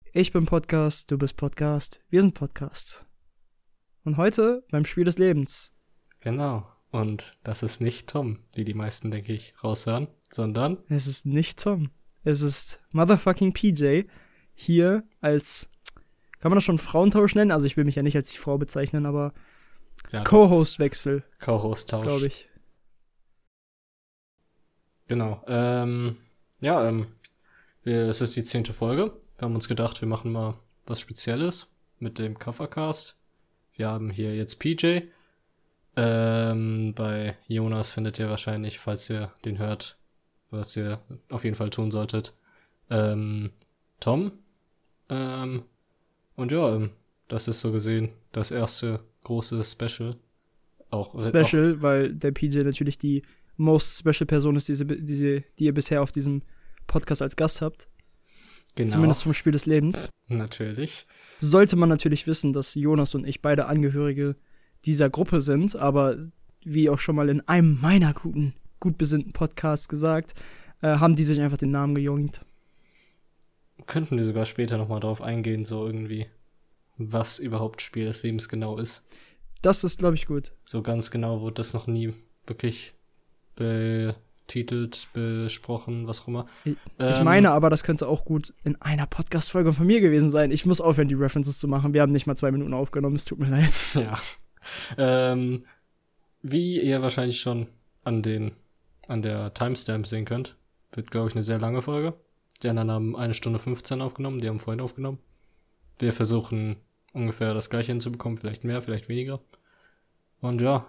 Ich bin Podcast, du bist Podcast, wir sind Podcast. Und heute beim Spiel des Lebens. Genau. Und das ist nicht Tom, wie die meisten, denke ich, raushören, sondern... Es ist nicht Tom. Es ist motherfucking PJ hier als, kann man das schon Frauentausch nennen? Also ich will mich ja nicht als die Frau bezeichnen, aber Ja, Co-Host-Wechsel, Co-Host-Tausch. glaube ich. Genau. Es ist die 10. Folge. Wir haben uns gedacht, wir machen mal was Spezielles mit dem Covercast. Wir haben hier jetzt PJ. Bei Jonas findet ihr wahrscheinlich, falls ihr den hört, was ihr auf jeden Fall tun solltet, Tom. Das ist so gesehen das erste große Special. Weil der PJ natürlich die most special Person ist, die ihr bisher auf diesem Podcast als Gast habt. Genau. Zumindest vom Spiel des Lebens. Natürlich. Sollte man natürlich wissen, dass Jonas und ich beide Angehörige dieser Gruppe sind, aber wie auch schon mal in einem meiner gut besinnten Podcasts gesagt, haben die sich einfach den Namen gejungt. Könnten wir sogar später nochmal drauf eingehen, so irgendwie, was überhaupt Spiel des Lebens genau ist. Das ist, glaube ich, gut. So ganz genau wurde das noch nie wirklich betitelt, besprochen, was auch immer. Ich meine aber, das könnte auch gut in einer Podcast-Folge von mir gewesen sein. Ich muss aufhören, die References zu machen. Wir haben nicht mal 2 Minuten aufgenommen, es tut mir leid. Ja. Wie ihr wahrscheinlich schon an der Timestamp sehen könnt, wird, glaube ich, eine sehr lange Folge. Die anderen haben 1 Stunde 15 aufgenommen, die haben vorhin aufgenommen. Wir versuchen ungefähr das Gleiche hinzubekommen, vielleicht mehr, vielleicht weniger. Und ja,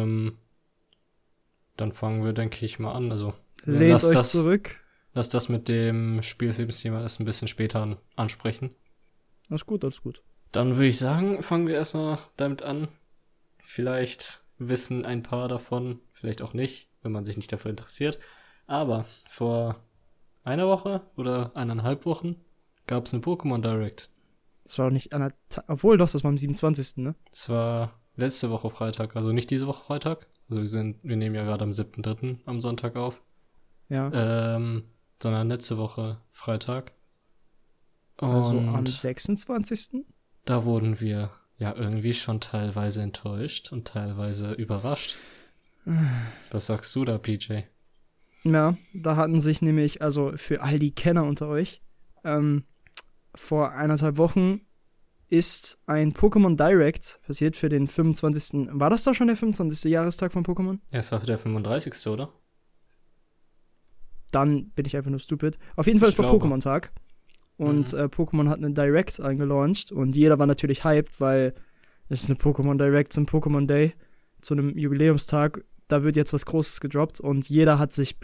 dann fangen wir, denke ich, mal an. Also lehnt euch zurück. Lass das mit dem Spiel des Lebens-Thema erst ein bisschen später ansprechen. Alles gut. Dann würde ich sagen, fangen wir erstmal damit an. Vielleicht wissen ein paar davon, vielleicht auch nicht, wenn man sich nicht dafür interessiert. Aber vor einer Woche oder 1,5 Wochen gab es eine Pokémon Direct. Das war doch nicht obwohl doch, das war am 27., ne? Das war letzte Woche Freitag, also nicht diese Woche Freitag. Also wir nehmen ja gerade am 7.3. am Sonntag auf. Ja. Sondern letzte Woche Freitag. Und also am 26. Da wurden wir ja irgendwie schon teilweise enttäuscht und teilweise überrascht. Was sagst du da, PJ? Ja, da hatten sich nämlich, also für all die Kenner unter euch, vor 1,5 Wochen ist ein Pokémon Direct passiert für den 25. War das da schon der 25. Jahrestag von Pokémon? Ja, es war für der 35. oder? Dann bin ich einfach nur stupid. Auf jeden Fall ist der Pokémon-Tag. Und Pokémon hat eine Direct eingelauncht und jeder war natürlich hyped, weil es ist eine Pokémon Direct zum Pokémon Day, zu einem Jubiläumstag. Da wird jetzt was Großes gedroppt und jeder hat sich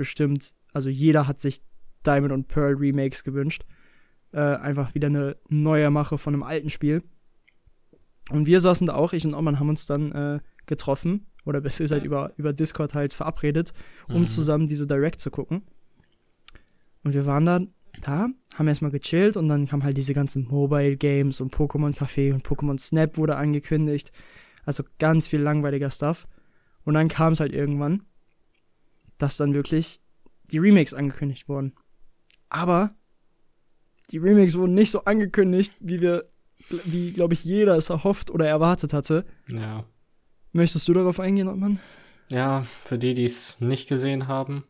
Diamond und Pearl Remakes gewünscht. Einfach wieder eine neue Mache von einem alten Spiel. Und wir saßen da auch, ich und Oman haben uns dann getroffen, oder besser gesagt über Discord halt verabredet, um zusammen diese Direct zu gucken. Und wir waren da, haben erstmal gechillt und dann kamen halt diese ganzen Mobile Games und Pokémon Café und Pokémon Snap wurde angekündigt. Also ganz viel langweiliger Stuff. Und dann kam es halt irgendwann, dass dann wirklich die Remakes angekündigt wurden. Aber die Remakes wurden nicht so angekündigt, wie glaube ich, jeder es erhofft oder erwartet hatte. Ja. Möchtest du darauf eingehen, Ottmann? Ja, für die es nicht gesehen haben,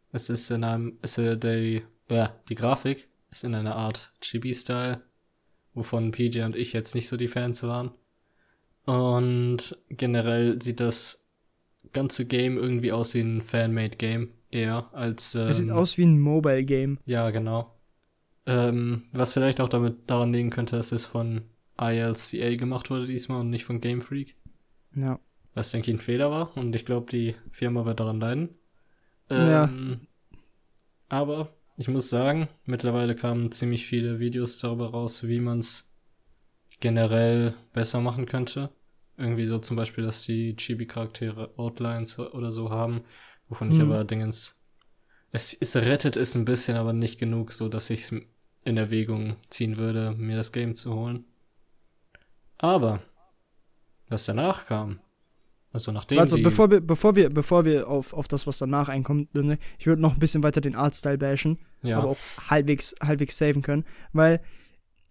die Grafik ist in einer Art Chibi-Style, wovon PJ und ich jetzt nicht so die Fans waren. Und generell sieht das ganze Game irgendwie aus wie ein Fan-Made-Game, eher als... es sieht aus wie ein Mobile-Game. Ja, genau. Was vielleicht auch daran liegen könnte, dass es von ILCA gemacht wurde diesmal und nicht von Game Freak. Ja. Was, denke ich, ein Fehler war. Und ich glaube, die Firma wird daran leiden. Ja. Aber ich muss sagen, mittlerweile kamen ziemlich viele Videos darüber raus, wie man es generell besser machen könnte. Irgendwie so zum Beispiel, dass die Chibi-Charaktere Outlines oder so haben, wovon ich aber es rettet es ein bisschen, aber nicht genug, so dass ich es in Erwägung ziehen würde, mir das Game zu holen. Aber was danach kam, also nachdem bevor wir auf das, was danach einkommt, ich würde noch ein bisschen weiter den Artstyle bashen, ja, aber auch halbwegs saven können, weil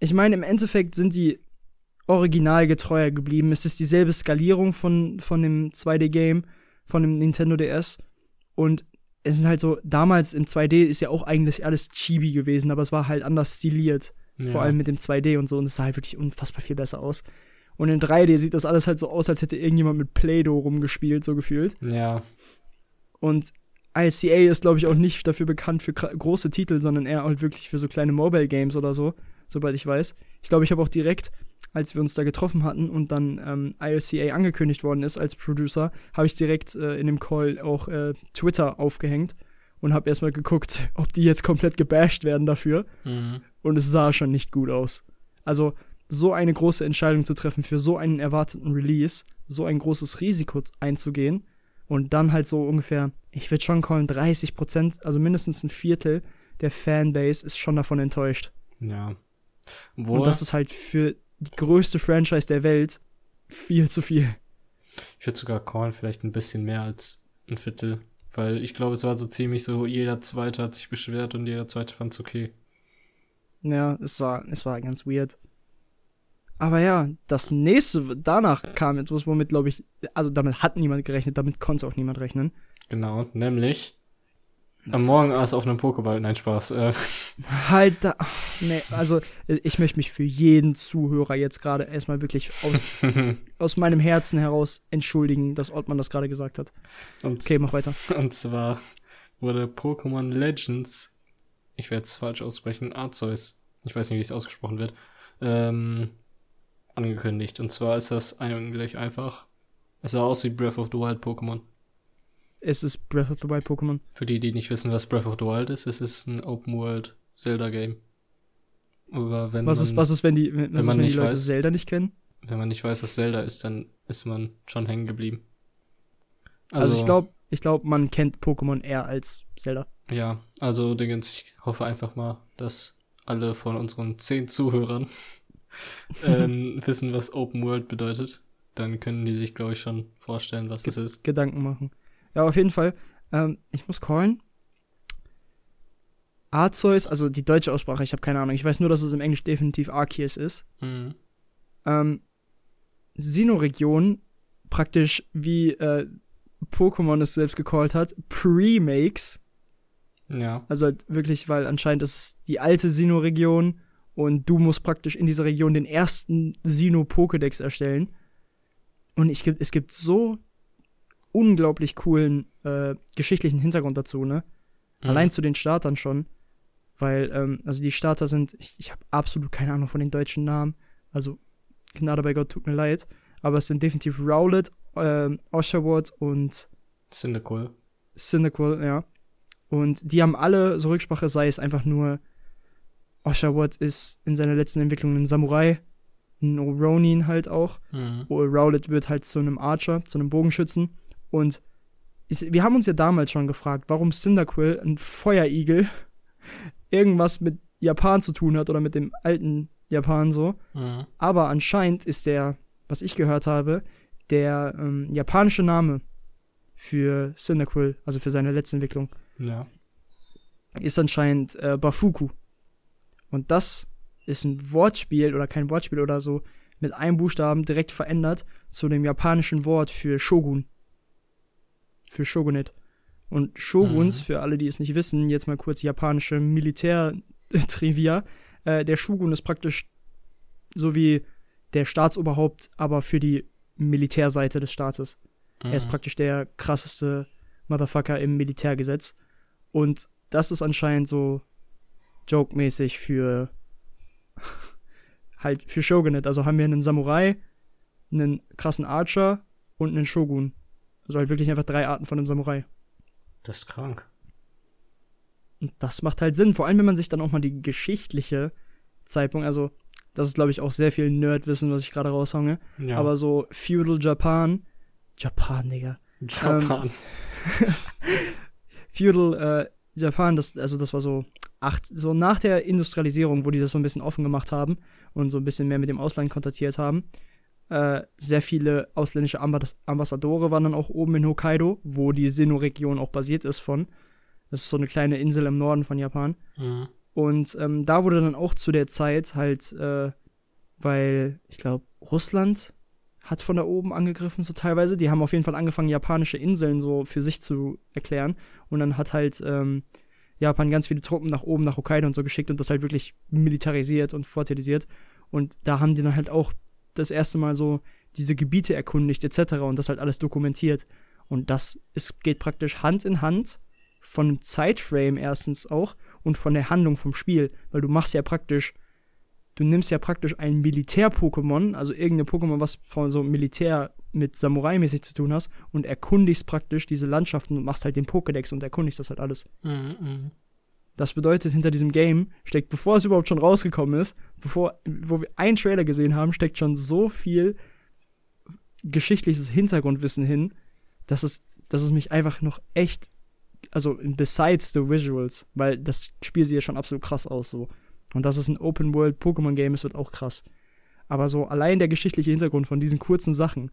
ich meine, im Endeffekt sind die originalgetreuer geblieben. Es ist dieselbe Skalierung von dem 2D-Game, von dem Nintendo DS. Und es ist halt so, damals im 2D ist ja auch eigentlich alles chibi gewesen, aber es war halt anders stiliert. Ja. Vor allem mit dem 2D und so. Und es sah halt wirklich unfassbar viel besser aus. Und in 3D sieht das alles halt so aus, als hätte irgendjemand mit Play-Doh rumgespielt, so gefühlt. Ja. Und ICA ist, glaube ich, auch nicht dafür bekannt für große Titel, sondern eher halt wirklich für so kleine Mobile-Games oder so, soweit ich weiß. Ich glaube, ich habe auch direkt, als wir uns da getroffen hatten und dann ICA angekündigt worden ist als Producer, habe ich direkt in dem Call auch Twitter aufgehängt und habe erstmal geguckt, ob die jetzt komplett gebasht werden dafür. Mhm. Und es sah schon nicht gut aus. Also, so eine große Entscheidung zu treffen für so einen erwarteten Release, so ein großes Risiko einzugehen und dann halt so ungefähr, ich würde schon callen, 30%, also mindestens ein Viertel der Fanbase ist schon davon enttäuscht. Ja. Und das ist halt für die größte Franchise der Welt viel zu viel. Ich würde sogar callen, vielleicht ein bisschen mehr als ein Viertel. Weil ich glaube, es war so ziemlich so, jeder Zweite hat sich beschwert und jeder Zweite fand es okay. Ja, es war ganz weird. Aber ja, das nächste, danach kam etwas, womit, glaube ich, also damit hat niemand gerechnet, damit konnte auch niemand rechnen. Genau, nämlich Among Us auf einem Pokéball. Nein, Spaß. Halt da, nee, also ich möchte mich für jeden Zuhörer jetzt gerade erstmal wirklich aus meinem Herzen heraus entschuldigen, dass Ottmann das gerade gesagt hat. Okay, mach weiter. Und zwar wurde Pokémon Legends, ich werde es falsch aussprechen, Arceus, ich weiß nicht, wie es ausgesprochen wird, angekündigt. Und zwar ist das eigentlich einfach, es sah aus wie Breath of the Wild Pokémon. Es ist Breath of the Wild Pokémon. Für die nicht wissen, was Breath of the Wild ist, es ist ein Open-World Zelda-Game. Aber was ist, wenn die Leute weiß, Zelda nicht kennen? Wenn man nicht weiß, was Zelda ist, dann ist man schon hängen geblieben. Also ich glaube, man kennt Pokémon eher als Zelda. Ja, also Dingens, ich hoffe einfach mal, dass alle von unseren 10 Zuhörern wissen, was Open World bedeutet. Dann können die sich, glaube ich, schon vorstellen, was es ist. Gedanken machen. Ja, auf jeden Fall. Ich muss callen. Arceus, also die deutsche Aussprache, ich habe keine Ahnung. Ich weiß nur, dass es im Englisch definitiv Arceus ist. Mhm. Sinnoh-Region, praktisch wie Pokémon es selbst gecallt hat, Pre-Makes. Ja. Also halt wirklich, weil anscheinend ist es die alte Sinnoh-Region und du musst praktisch in dieser Region den ersten Sinnoh-Pokédex erstellen. Und es gibt so unglaublich coolen geschichtlichen Hintergrund dazu, ne? Mhm. Allein zu den Startern schon. Weil, also die Starter sind, ich habe absolut keine Ahnung von den deutschen Namen. Also, Gnade bei Gott, tut mir leid. Aber es sind definitiv Rowlet, Oshawott und Cyndaquil, ja. Und die haben alle so Rücksprache, sei es einfach nur, Oshawott ist in seiner letzten Entwicklung ein Samurai, ein Ronin halt auch. Mhm. Rowlet wird halt zu einem Archer, zu einem Bogenschützen. Und wir haben uns ja damals schon gefragt, warum Cyndaquil, ein Feuerigel, irgendwas mit Japan zu tun hat oder mit dem alten Japan so. Mhm. Aber anscheinend ist der, was ich gehört habe, der japanische Name für Cyndaquil, also für seine letzte Entwicklung, ja, ist anscheinend Bafuku. Und das ist ein Wortspiel oder kein Wortspiel oder so, mit einem Buchstaben direkt verändert zu dem japanischen Wort für Shogun. Für Shogunate. Und Shoguns, für alle, die es nicht wissen, jetzt mal kurz japanische Militär-Trivia. Der Shogun ist praktisch so wie der Staatsoberhaupt, aber für die Militärseite des Staates. Er ist praktisch der krasseste Motherfucker im Militärgesetz. Und das ist anscheinend so joke-mäßig für halt für Shogunate. Also haben wir einen Samurai, einen krassen Archer und einen Shogun. Also halt wirklich einfach 3 Arten von einem Samurai. Das ist krank. Und das macht halt Sinn, vor allem wenn man sich dann auch mal die geschichtliche Zeitpunkt, also das ist glaube ich auch sehr viel Nerdwissen, was ich gerade raushange, Ja. aber so Feudal Japan, Digga. Japan. Feudal Japan, das war so nach der Industrialisierung, wo die das so ein bisschen offen gemacht haben und so ein bisschen mehr mit dem Ausland kontaktiert haben. Sehr viele ausländische Ambassadore waren dann auch oben in Hokkaido, wo die Sinnoh-Region auch basiert ist von. Das ist so eine kleine Insel im Norden von Japan. Mhm. Und da wurde dann auch zu der Zeit halt, weil, ich glaube, Russland hat von da oben angegriffen, so teilweise. Die haben auf jeden Fall angefangen, japanische Inseln so für sich zu erklären. Und dann hat halt Japan ganz viele Truppen nach oben, nach Hokkaido und so geschickt und das halt wirklich militarisiert und fortifiziert. Und da haben die dann halt auch das erste Mal so diese Gebiete erkundigt etc. und das halt alles dokumentiert. Und geht praktisch Hand in Hand von einem Zeitframe erstens auch und von der Handlung vom Spiel. Weil du nimmst ja praktisch ein Militär-Pokémon, also irgendein Pokémon, was von so Militär mit Samurai-mäßig zu tun hast, und erkundigst praktisch diese Landschaften und machst halt den Pokédex und erkundigst das halt alles. Das bedeutet, hinter diesem Game steckt, bevor es überhaupt schon rausgekommen ist, wo wir einen Trailer gesehen haben, steckt schon so viel geschichtliches Hintergrundwissen hin, dass es mich einfach noch echt, also besides the Visuals, weil das Spiel sieht ja schon absolut krass aus so. Und dass es ein Open-World-Pokémon-Game ist, wird auch krass. Aber so allein der geschichtliche Hintergrund von diesen kurzen Sachen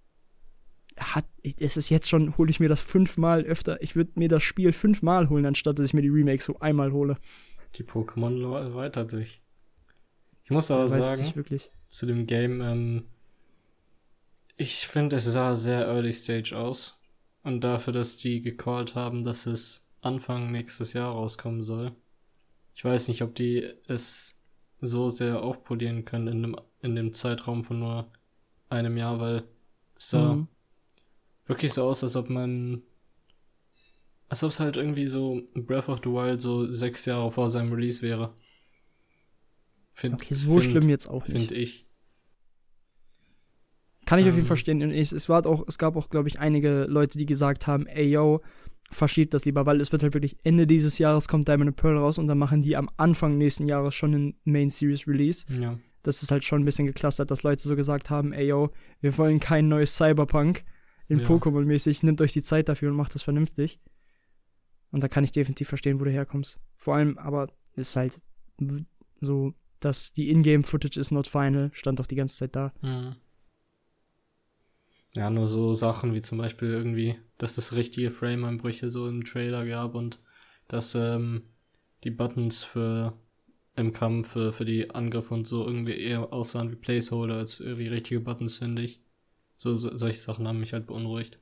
es ist jetzt schon, hole ich mir das 5-mal öfter. Ich würde mir das Spiel 5-mal holen, anstatt dass ich mir die Remakes so einmal hole. Die Pokémon erweitert sich. Ich muss aber sagen, zu dem Game, ich finde, es sah sehr Early Stage aus. Und dafür, dass die gecallt haben, dass es Anfang nächstes Jahr rauskommen soll. Ich weiß nicht, ob die es so sehr aufpolieren können in dem Zeitraum von nur einem Jahr, weil es sah wirklich so aus, als ob es halt irgendwie so Breath of the Wild so 6 Jahre vor seinem Release wäre. Schlimm jetzt auch nicht. Finde ich. Kann ich auf jeden Fall verstehen. Und es gab auch, glaube ich, einige Leute, die gesagt haben, ey, yo, verschiebt das lieber, weil es wird halt wirklich Ende dieses Jahres kommt Diamond and Pearl raus und dann machen die am Anfang nächsten Jahres schon einen Main Series Release. Ja. Das ist halt schon ein bisschen geclustert, dass Leute so gesagt haben, ey, yo, wir wollen kein neues Cyberpunk in Pokémon-mäßig, nimmt euch die Zeit dafür und macht das vernünftig. Und da kann ich definitiv verstehen, wo du herkommst. Vor allem aber ist halt so, dass die Ingame-Footage ist not final, stand doch die ganze Zeit da. Ja, nur so Sachen wie zum Beispiel irgendwie, dass es richtige Frame-Einbrüche so im Trailer gab und dass die Buttons im Kampf für die Angriffe und so irgendwie eher aussahen wie Placeholder als wie richtige Buttons, finde ich. Solche Sachen haben mich halt beunruhigt.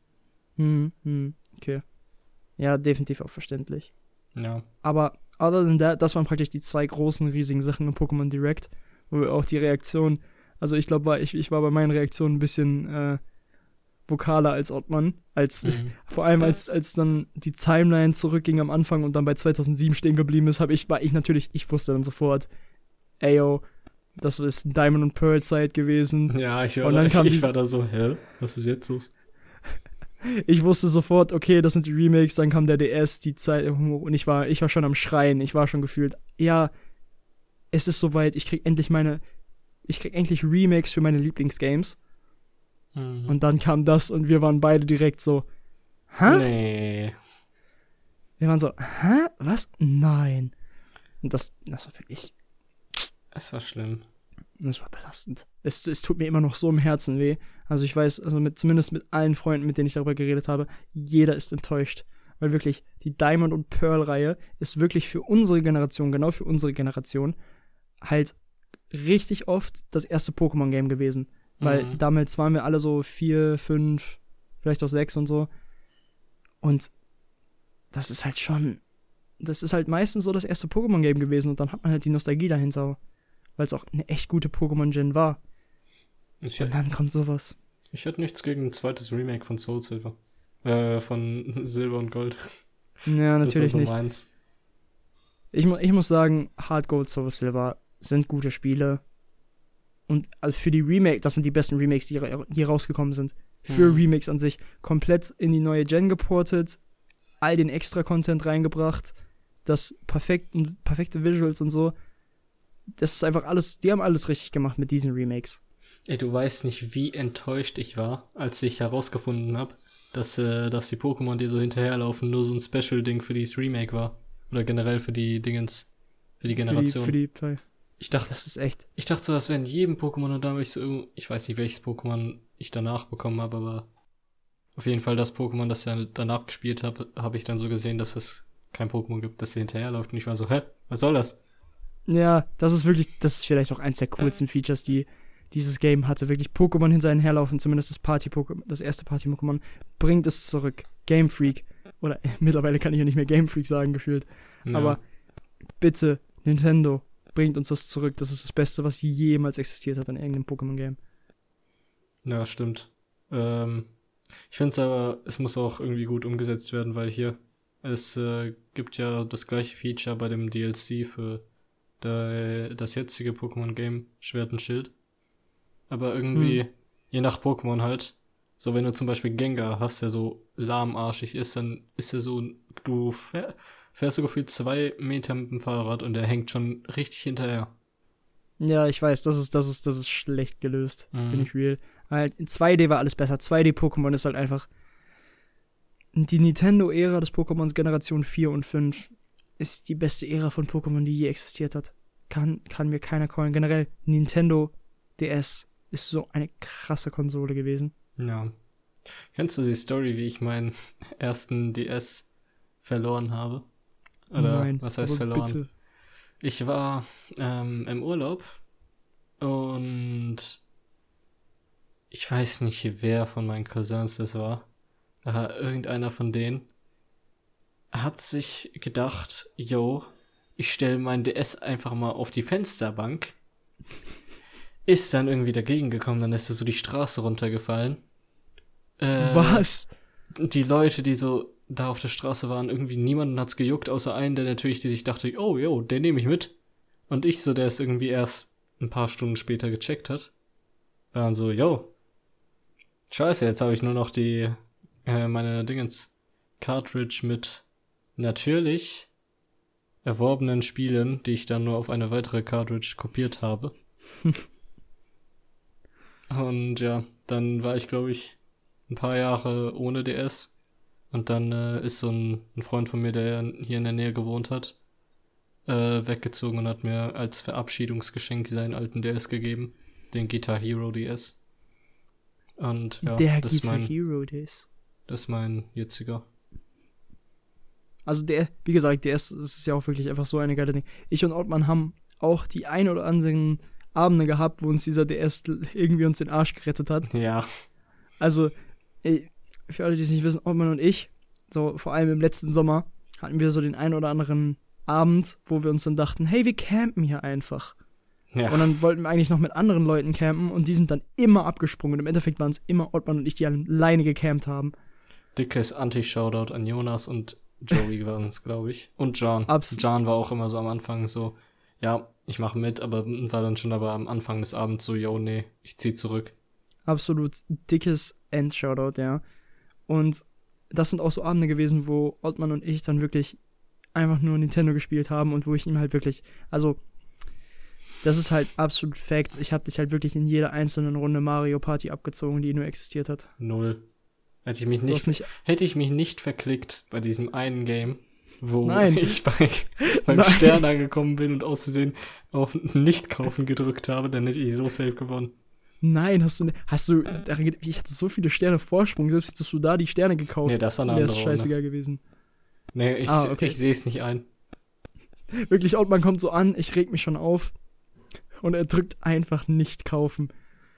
Okay. Ja, definitiv auch verständlich. Ja. Aber other than that, das waren praktisch die 2 großen, riesigen Sachen im Pokémon Direct, wo wir auch die Reaktion, also ich glaube, ich war bei meinen Reaktionen ein bisschen vokaler als Ottmann, vor allem als dann die Timeline zurückging am Anfang und dann bei 2007 stehen geblieben ist, ich wusste dann sofort, ey yo, das ist Diamond und Pearl Zeit gewesen. Ja, ich war da so, hä? Was ist jetzt los? Ich wusste sofort, okay, das sind die Remakes, dann kam der DS, die Zeit, und ich war schon am Schreien, ich war schon gefühlt, ja, es ist soweit, ich krieg endlich Remakes für meine Lieblingsgames. Und dann kam das und wir waren beide direkt so, hä? Nee. Wir waren so, hä? Was? Nein. Und das war wirklich... Es war schlimm. Das war belastend. Es tut mir immer noch so im Herzen weh. Also ich weiß, zumindest mit allen Freunden, mit denen ich darüber geredet habe, jeder ist enttäuscht. Weil wirklich, die Diamond und Pearl-Reihe ist wirklich für unsere Generation, genau für unsere Generation, halt richtig oft das erste Pokémon-Game gewesen. Weil damals waren wir alle so 4, 5, vielleicht auch 6 und so. Und das ist halt meistens so das erste Pokémon-Game gewesen und dann hat man halt die Nostalgie dahinter. Weil es auch eine echt gute Pokémon-Gen war. Und dann kommt sowas. Ich hätte nichts gegen ein zweites Remake von Soul Silver. Von Silber und Gold. Ja, natürlich das nicht. Meins. Ich muss sagen, Hard Gold, Soul Silver sind gute Spiele. Und für die Remake, das sind die besten Remakes, die hier rausgekommen sind. Für Remakes an sich. Komplett in die neue Gen geportet, all den Extra-Content reingebracht, das perfekte Visuals und so. Das ist einfach alles, die haben alles richtig gemacht mit diesen Remakes. Ey, du weißt nicht, wie enttäuscht ich war, als ich herausgefunden habe, dass die Pokémon, die so hinterherlaufen, nur so ein Special-Ding für dieses Remake war. Oder generell für die Generation. Für die Play. Ich dachte, das ist echt. Ich dachte so, das wäre in jedem Pokémon und da habe ich so, ich weiß nicht, welches Pokémon ich danach bekommen habe, aber auf jeden Fall das Pokémon, das ich danach gespielt habe, habe ich dann so gesehen, dass es kein Pokémon gibt, das hier hinterherläuft und ich war so, hä? Was soll das? Ja, das ist vielleicht auch eins der coolsten Features, die dieses Game hatte. Wirklich Pokémon hinter einen herlaufen, zumindest das erste Party-Pokémon, bringt es zurück. Game Freak. Oder mittlerweile kann ich ja nicht mehr Game Freak sagen, gefühlt. Ja. Aber bitte, Nintendo, bringt uns das zurück. Das ist das Beste, was jemals existiert hat in irgendeinem Pokémon-Game. Ja, stimmt. Ich finde es aber, es muss auch irgendwie gut umgesetzt werden, weil es gibt ja das gleiche Feature bei dem DLC für das jetzige Pokémon-Game Schwert und Schild. Aber irgendwie, je nach Pokémon halt, so wenn du zum Beispiel Gengar hast, der so lahmarschig ist, dann ist er so, du fährst so gefühlt 2 Meter mit dem Fahrrad und der hängt schon richtig hinterher. Ja, ich weiß, das ist schlecht gelöst, bin ich real. Halt, in 2D war alles besser. 2D-Pokémon ist halt einfach. Die Nintendo-Ära des Pokémons Generation 4 und 5 ist die beste Ära von Pokémon, die je existiert hat. Kann mir keiner callen. Generell, Nintendo DS ist so eine krasse Konsole gewesen. Ja. Kennst du die Story, wie ich meinen ersten DS verloren habe? Oder Nein, was heißt aber verloren? bitte. Ich war im Urlaub und ich weiß nicht, wer von meinen Cousins das war. Irgendeiner von denen hat sich gedacht, yo, ich stelle mein DS einfach mal auf die Fensterbank. Ist dann irgendwie dagegen gekommen, dann ist er so die Straße runtergefallen. Was? Die Leute, die so da auf der Straße waren, irgendwie niemanden hat's gejuckt, außer einen, der natürlich, die sich dachte, oh, yo, den nehme ich mit. Und ich so, der es irgendwie erst ein paar Stunden später gecheckt hat. War dann so, yo, scheiße, jetzt habe ich nur noch meine Cartridge mit natürlich erworbenen Spielen, die ich dann nur auf eine weitere Cartridge kopiert habe. Und ja, dann war ich, glaube ich, ein paar Jahre ohne DS. Und dann ist so ein Freund von mir, der hier in der Nähe gewohnt hat, weggezogen und hat mir als Verabschiedungsgeschenk seinen alten DS gegeben. Den Guitar Hero DS. Und ja, Der das ist Guitar Hero DS. Das ist mein jetziger. Also wie gesagt, das ist ja auch wirklich einfach so eine geile Ding. Ich und Ottmann haben auch die ein oder anderen Abende gehabt, wo uns dieser DS irgendwie uns den Arsch gerettet hat. Ja. Also, für alle, die es nicht wissen, Ottmann und ich, so vor allem im letzten Sommer, hatten wir so den ein oder anderen Abend, wo wir uns dann dachten, hey, wir campen hier einfach. Ja. Und dann wollten wir eigentlich noch mit anderen Leuten campen und die sind dann immer abgesprungen. Und im Endeffekt waren es immer Ottmann und ich, die alleine gecampt haben. Dickes Anti-Shoutout an Jonas und Joey waren es, glaube ich. Und John. John war auch immer so am Anfang so, ja, ich mache mit, aber war dann schon aber am Anfang des Abends so, yo, nee, ich zieh zurück. Absolut dickes End-Shoutout, ja. Und das sind auch so Abende gewesen, wo Ottmann und ich dann wirklich einfach nur Nintendo gespielt haben und wo ich ihm halt wirklich, also das ist halt absolut Facts. Ich habe dich halt wirklich in jeder einzelnen Runde Mario Party abgezogen, die nur existiert hat. 0. Hätte ich mich nicht verklickt bei diesem einen Game, wo ich beim Stern angekommen bin und aus Versehen auf Nicht-Kaufen gedrückt habe, dann hätte ich so safe gewonnen. Nein, ich hatte so viele Sterne Vorsprung, selbst hättest du da die Sterne gekauft. Nee, das war eine andere Runde. Ist scheißegal gewesen. Nee, ich sehe es nicht ein. Wirklich, Ottmann kommt so an, ich reg mich schon auf und er drückt einfach nicht kaufen.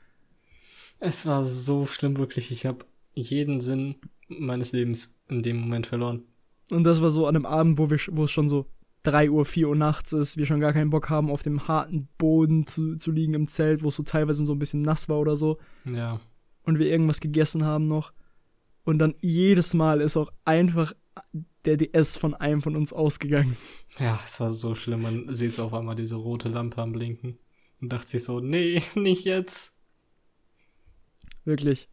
Es war so schlimm, wirklich. Ich habe jeden Sinn meines Lebens in dem Moment verloren. Und das war so an einem Abend, wo es schon so 3 Uhr, 4 Uhr nachts ist, wir schon gar keinen Bock haben, auf dem harten Boden zu liegen im Zelt, wo es so teilweise so ein bisschen nass war oder so. Ja. Und wir irgendwas gegessen haben noch. Und dann jedes Mal ist auch einfach der DS von einem von uns ausgegangen. Ja, es war so schlimm. Man sieht auf einmal diese rote Lampe am Blinken. Und dachte sich so, nee, nicht jetzt. Wirklich.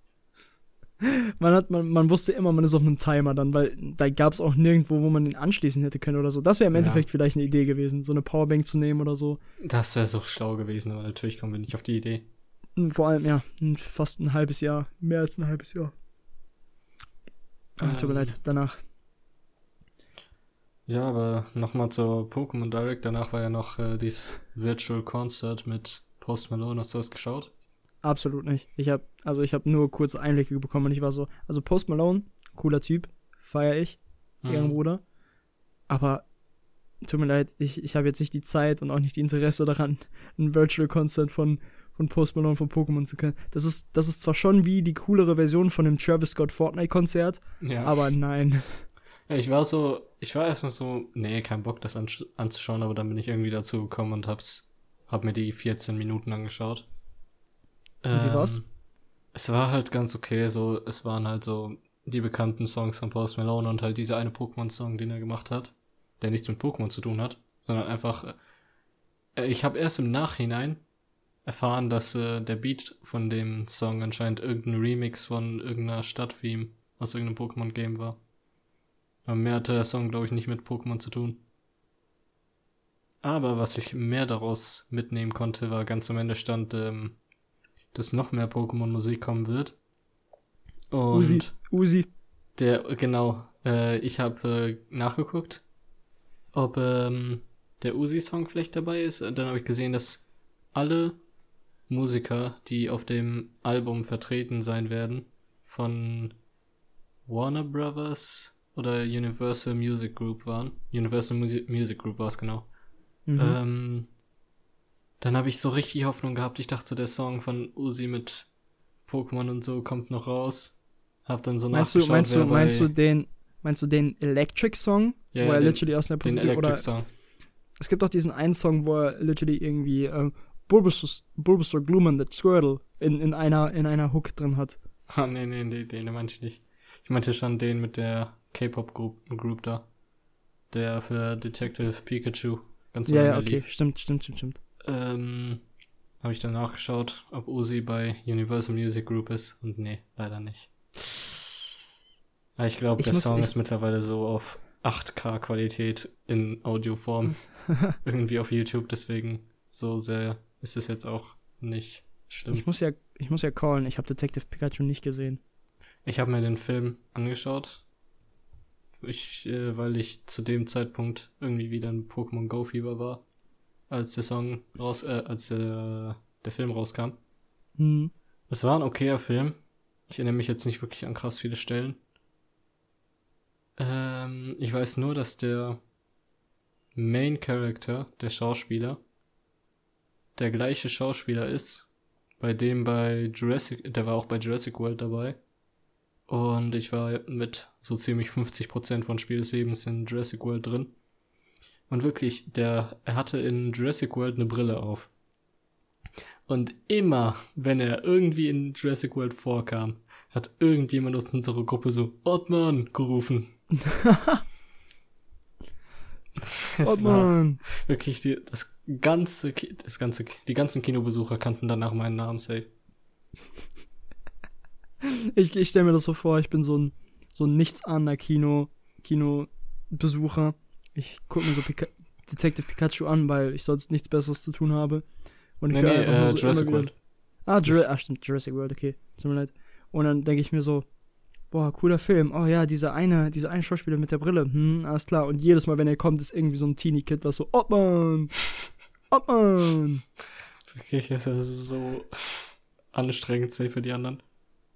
Man wusste immer, man ist auf einem Timer dann, weil da gab es auch nirgendwo, wo man den anschließen hätte können oder so. Das wäre im Endeffekt vielleicht eine Idee gewesen, so eine Powerbank zu nehmen oder so. Das wäre so schlau gewesen, aber natürlich kommen wir nicht auf die Idee. Vor allem, ja, fast ein halbes Jahr, mehr als ein halbes Jahr. Tut mir leid, danach. Ja, aber nochmal zur Pokémon Direct. Danach war ja noch dieses Virtual Concert mit Post Malone. Hast du das geschaut? Absolut nicht. Ich hab nur kurze Einblicke bekommen und ich war so, also Post Malone, cooler Typ, feier ich, Ehrenbruder. Aber tut mir leid, ich habe jetzt nicht die Zeit und auch nicht die Interesse daran, ein Virtual Concert von Post Malone von Pokémon zu können. Das ist zwar schon wie die coolere Version von dem Travis Scott Fortnite-Konzert, Ja. aber nein. Ja, ich war erstmal so, nee, kein Bock, das anzuschauen, aber dann bin ich irgendwie dazu gekommen und hab mir die 14 Minuten angeschaut. Und wie war's? Es war halt ganz okay, so, es waren halt so die bekannten Songs von Post Malone und halt dieser eine Pokémon-Song, den er gemacht hat, der nichts mit Pokémon zu tun hat, sondern einfach, ich habe erst im Nachhinein erfahren, dass der Beat von dem Song anscheinend irgendein Remix von irgendeiner Stadt-Theme aus irgendeinem Pokémon-Game war. Aber mehr hatte der Song, glaube ich, nicht mit Pokémon zu tun. Aber was ich mehr daraus mitnehmen konnte, war ganz am Ende stand, dass noch mehr Pokémon-Musik kommen wird. Und Uzi. genau, ich habe nachgeguckt, ob der Uzi-Song vielleicht dabei ist. Dann habe ich gesehen, dass alle Musiker, die auf dem Album vertreten sein werden, von Warner Brothers oder Universal Music Group waren. Universal Music Group war es, genau. Mhm. Dann habe ich so richtig Hoffnung gehabt. Ich dachte so, der Song von Uzi mit Pokémon und so kommt noch raus. Hab dann so nachgeschaut, meinst du den Electric Song, Ja, wo er den- literally aus einer den Position, Electric oder Song. es gibt auch diesen einen Song, wo er literally irgendwie Bulbasaur Gloomon, Squirtle in einer Hook drin hat. Ah, nee, den meinte ich nicht. Ich meinte schon den mit der K-Pop-Group da. Der für Detective Pikachu ganz am Ja, Ende okay, lief. stimmt. Habe ich dann nachgeschaut, ob Uzi bei Universal Music Group ist. Und nee, leider nicht. Aber ich glaube, der Song ist mittlerweile so auf 8K-Qualität in Audioform irgendwie auf YouTube. Deswegen so sehr ist es jetzt auch nicht schlimm. Ich muss ja callen, ich habe Detective Pikachu nicht gesehen. Ich habe mir den Film angeschaut, weil ich zu dem Zeitpunkt irgendwie wieder in Pokémon Go Fieber war, als der Film rauskam. Hm. Es war ein okayer Film. Ich erinnere mich jetzt nicht wirklich an krass viele Stellen. Ich weiß nur, dass der Main Character, der Schauspieler, der gleiche Schauspieler ist, der war auch bei Jurassic World dabei. Und ich war mit so ziemlich 50% von Spiel des Lebens in Jurassic World drin. Und wirklich, er hatte in Jurassic World eine Brille auf. Und immer, wenn er irgendwie in Jurassic World vorkam, hat irgendjemand aus unserer Gruppe so Ottman gerufen. Es war wirklich die ganzen Kinobesucher kannten danach meinen Namen safe. Ich stelle mir das so vor, ich bin so ein nichtsahnender Kinobesucher. Ich gucke mir so Detective Pikachu an, weil ich sonst nichts Besseres zu tun habe. Und ich höre einfach nur so Jurassic World. Stimmt, Jurassic World, okay. Tut mir leid. Und dann denke ich mir so, boah, cooler Film. Oh ja, dieser eine Schauspieler mit der Brille. Alles klar. Und jedes Mal, wenn er kommt, ist irgendwie so ein Teenie-Kid, was so, Ottman! Wirklich, es ist so anstrengend safe für die anderen.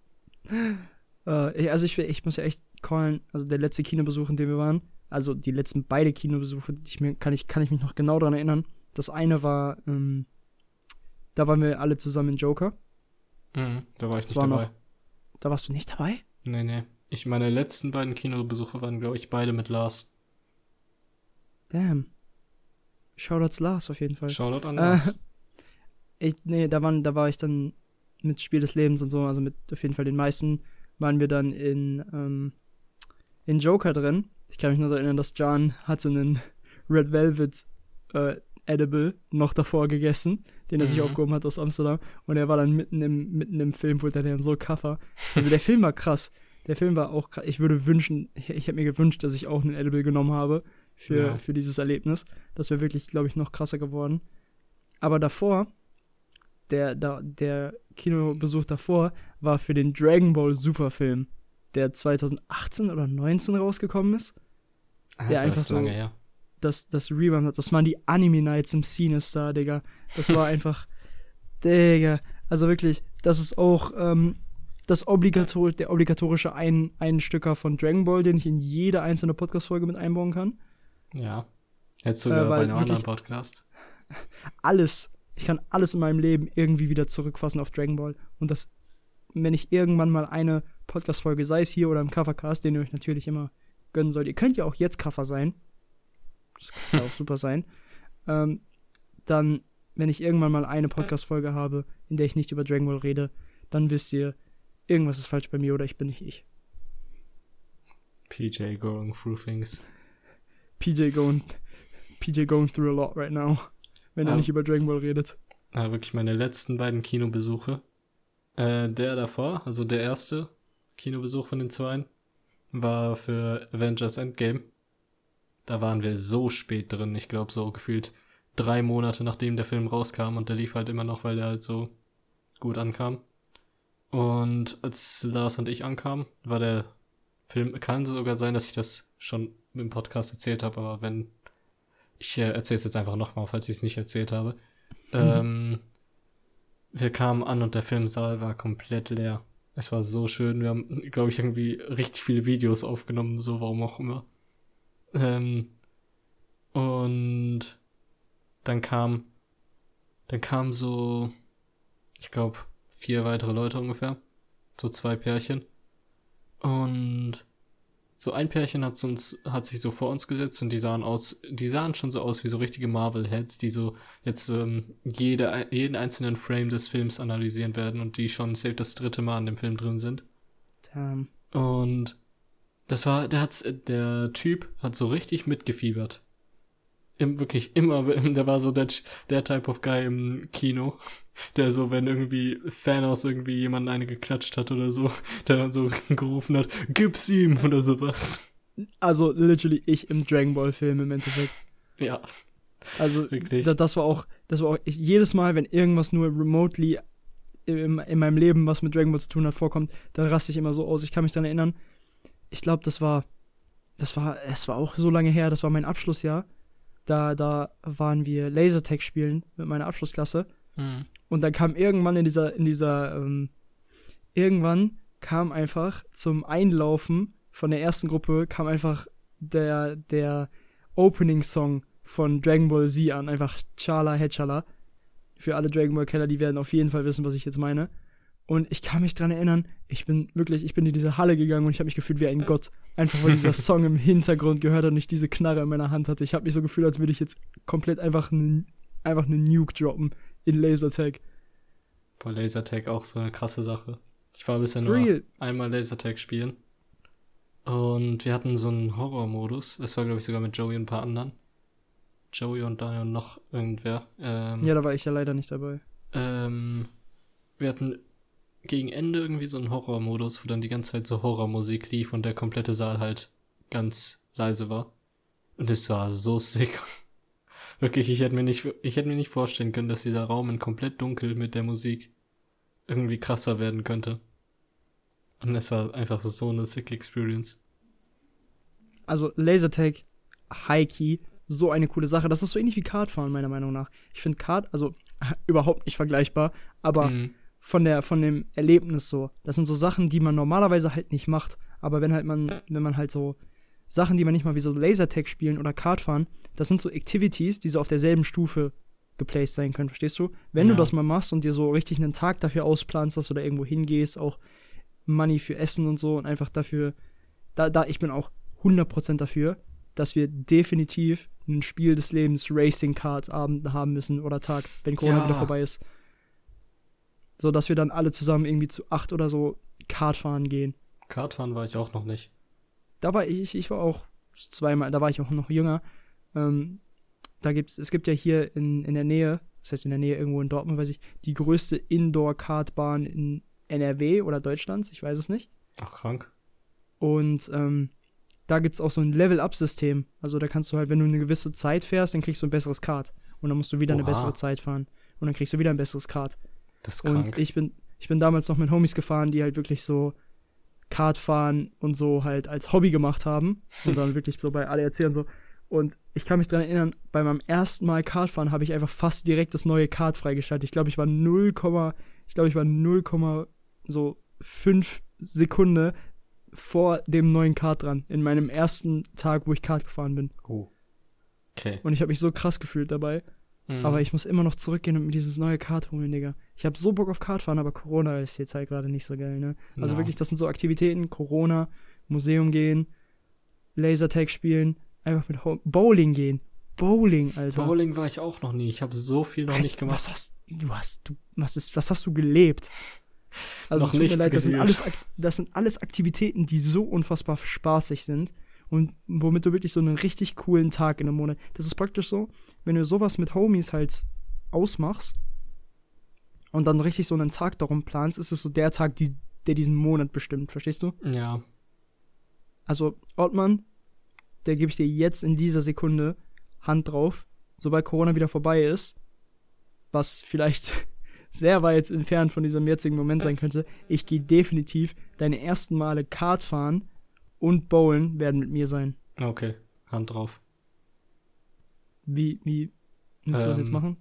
Ich muss ja echt callen, also der letzte Kinobesuch, in dem wir waren, also die letzten beide Kinobesuche, kann ich mich noch genau daran erinnern. Das eine war, da waren wir alle zusammen in Joker. Da war ich nicht dabei. Da warst du nicht dabei? Nee. Meine letzten beiden Kinobesuche waren, glaube ich, beide mit Lars. Damn. Shoutouts Lars auf jeden Fall. Shoutout an Lars. Da war ich dann mit Spiel des Lebens und so, also mit auf jeden Fall den meisten, waren wir dann in Joker drin. Ich kann mich nur erinnern, dass John hatte einen Red Velvet Edible noch davor gegessen, den er sich aufgehoben hat aus Amsterdam. Und er war dann mitten im Film, wurde er dann so Kaffer. Also der Film war krass. Der Film war auch krass. Ich hätte mir gewünscht, dass ich auch einen Edible genommen habe für dieses Erlebnis. Das wäre wirklich, glaube ich, noch krasser geworden. Aber davor, der Kinobesuch davor, war für den Dragon Ball Superfilm, der 2018 oder 19 rausgekommen ist. Der einfach so lange her. Das Rebound hat. Das waren die Anime Nights im Cinestar, Digga. Das war einfach, Digga. Also wirklich, das ist auch der obligatorische Einstücker von Dragon Ball, den ich in jede einzelne Podcast-Folge mit einbauen kann. Ja. Jetzt sogar bei weil einem anderen wirklich Podcast. ich kann alles in meinem Leben irgendwie wieder zurückfassen auf Dragon Ball. Und das, wenn ich irgendwann mal eine Podcast-Folge, sei es hier oder im Covercast, den ihr euch natürlich immer gönnen sollt, ihr könnt ja auch jetzt Cover sein. Das kann ja auch super sein. Dann, wenn ich irgendwann mal eine Podcast-Folge habe, in der ich nicht über Dragon Ball rede, dann wisst ihr, irgendwas ist falsch bei mir oder ich bin nicht ich. PJ going through things. PJ going through a lot right now, wenn er nicht über Dragon Ball redet. Ja, wirklich meine letzten beiden Kinobesuche. Der davor, also der erste Kinobesuch von den zweien, war für Avengers Endgame. Da waren wir so spät drin, ich glaube so gefühlt 3 Monate nachdem der Film rauskam und der lief halt immer noch, weil der halt so gut ankam. Und als Lars und ich ankamen, war der Film, kann sogar sein, dass ich das schon im Podcast erzählt habe, aber wenn, ich erzähle es jetzt einfach nochmal, falls ich es nicht erzählt habe. Wir kamen an und der Filmsaal war komplett leer. Es war so schön, wir haben, glaube ich, irgendwie richtig viele Videos aufgenommen, so warum auch immer. Und dann kam so, ich glaube, 4 weitere Leute ungefähr. So 2 Pärchen. Und so ein Pärchen hat sich so vor uns gesetzt und die sahen schon so aus wie so richtige Marvel-Heads, die so jetzt jeden einzelnen Frame des Films analysieren werden und die schon safe das 3. Mal an dem Film drin sind. Damn. Und der Typ hat so richtig mitgefiebert. Wirklich immer, der war so der Type of Guy im Kino, der so, wenn irgendwie Thanos irgendwie jemanden eine geklatscht hat oder so, der dann so gerufen hat, gib's ihm oder sowas. Also literally ich im Dragon Ball Film im Endeffekt. Ja. Also wirklich. Das war auch jedes Mal, wenn irgendwas nur remotely in meinem Leben, was mit Dragon Ball zu tun hat, vorkommt, dann raste ich immer so aus. Ich kann mich daran erinnern, ich glaube, es war auch so lange her, das war mein Abschlussjahr. Da waren wir Lasertag spielen mit meiner Abschlussklasse. Und dann kam irgendwann irgendwann kam einfach zum Einlaufen von der ersten Gruppe, kam einfach der Opening-Song von Dragon Ball Z an. Einfach Chala Hechala. Für alle Dragon Ball-Kenner, die werden auf jeden Fall wissen, was ich jetzt meine. Und ich kann mich dran erinnern, ich bin in diese Halle gegangen und ich habe mich gefühlt wie ein Gott. Einfach weil dieser Song im Hintergrund gehört hat und ich diese Knarre in meiner Hand hatte. Ich habe mich so gefühlt, als würde ich jetzt komplett einfach eine Nuke droppen in Lasertag. Boah, Lasertag auch so eine krasse Sache. Ich war bisher nur einmal Lasertag spielen. Und wir hatten so einen Horror-Modus. Das war, glaube ich, sogar mit Joey und ein paar anderen. Joey und Daniel und noch irgendwer. Ja, da war ich ja leider nicht dabei. Wir hatten gegen Ende irgendwie so einen Horror-Modus, wo dann die ganze Zeit so Horrormusik lief und der komplette Saal halt ganz leise war. Und es war so sick. Wirklich, ich hätte mir nicht vorstellen können, dass dieser Raum in komplett dunkel mit der Musik irgendwie krasser werden könnte. Und es war einfach so eine sick Experience. Also Lasertag, High-Key, so eine coole Sache. Das ist so ähnlich wie Kartfahren, meiner Meinung nach. Ich finde also überhaupt nicht vergleichbar, aber von dem Erlebnis so. Das sind so Sachen, die man normalerweise halt nicht macht. Aber wenn man halt so Sachen, die man nicht mal wie so Lasertag spielen oder Kartfahren, das sind so Activities, die so auf derselben Stufe geplaced sein können, verstehst du? Wenn du das mal machst und dir so richtig einen Tag dafür ausplanst, dass du da irgendwo hingehst, auch Money für Essen und so und einfach dafür, ich bin auch 100% dafür, dass wir definitiv ein Spiel des Lebens Racing Cards Abend haben müssen oder Tag, wenn Corona wieder vorbei ist. So, dass wir dann alle zusammen irgendwie zu 8 oder so Kartfahren gehen. Kartfahren war ich auch noch nicht. Da war ich war auch zweimal, da war ich auch noch jünger. Es gibt ja hier in der Nähe, das heißt in der Nähe irgendwo in Dortmund, weiß ich, die größte Indoor-Kartbahn in NRW oder Deutschlands, ich weiß es nicht. Ach, krank. Und da gibt's auch so ein Level-Up-System. Also da kannst du halt, wenn du eine gewisse Zeit fährst, dann kriegst du ein besseres Kart. Und dann musst du wieder eine bessere Zeit fahren. Und dann kriegst du wieder ein besseres Kart. Das ist krank. Und ich bin damals noch mit Homies gefahren, die halt wirklich so Kartfahren und so halt als Hobby gemacht haben. Und dann wirklich so bei ADAC und so. Und ich kann mich dran erinnern, bei meinem ersten Mal Kartfahren habe ich einfach fast direkt das neue Kart freigeschaltet. Ich glaube, ich war 0,5 Sekunden vor dem neuen Kart dran. In meinem ersten Tag, wo ich Kart gefahren bin. Oh. Okay. Und ich habe mich so krass gefühlt dabei. Aber ich muss immer noch zurückgehen und mir dieses neue Kart holen, Digga. Ich habe so Bock auf Kartfahren, aber Corona ist jetzt halt gerade nicht so geil, ne? Also Ja. wirklich, das sind so Aktivitäten, Corona, Museum gehen, Lasertag spielen, einfach mit Bowling gehen. Bowling, Alter. Bowling war ich auch noch nie. Ich habe so viel noch nicht gemacht. Was hast du gelebt? Also Noch tut mir nichts leid, gefühlt. das sind alles Aktivitäten, die so unfassbar spaßig sind und womit du wirklich so einen richtig coolen Tag in einem Monat. Das ist praktisch so, wenn du sowas mit Homies halt ausmachst und dann richtig so einen Tag darum planst, ist es so der Tag, der diesen Monat bestimmt, verstehst du? Ja. Also Ottmann, der gebe ich dir jetzt in dieser Sekunde Hand drauf, sobald Corona wieder vorbei ist, was vielleicht sehr weit entfernt von diesem jetzigen Moment sein könnte, ich gehe definitiv deine ersten Male Kart fahren und Bowlen werden mit mir sein. Okay. Hand drauf. Wie willst du das jetzt machen?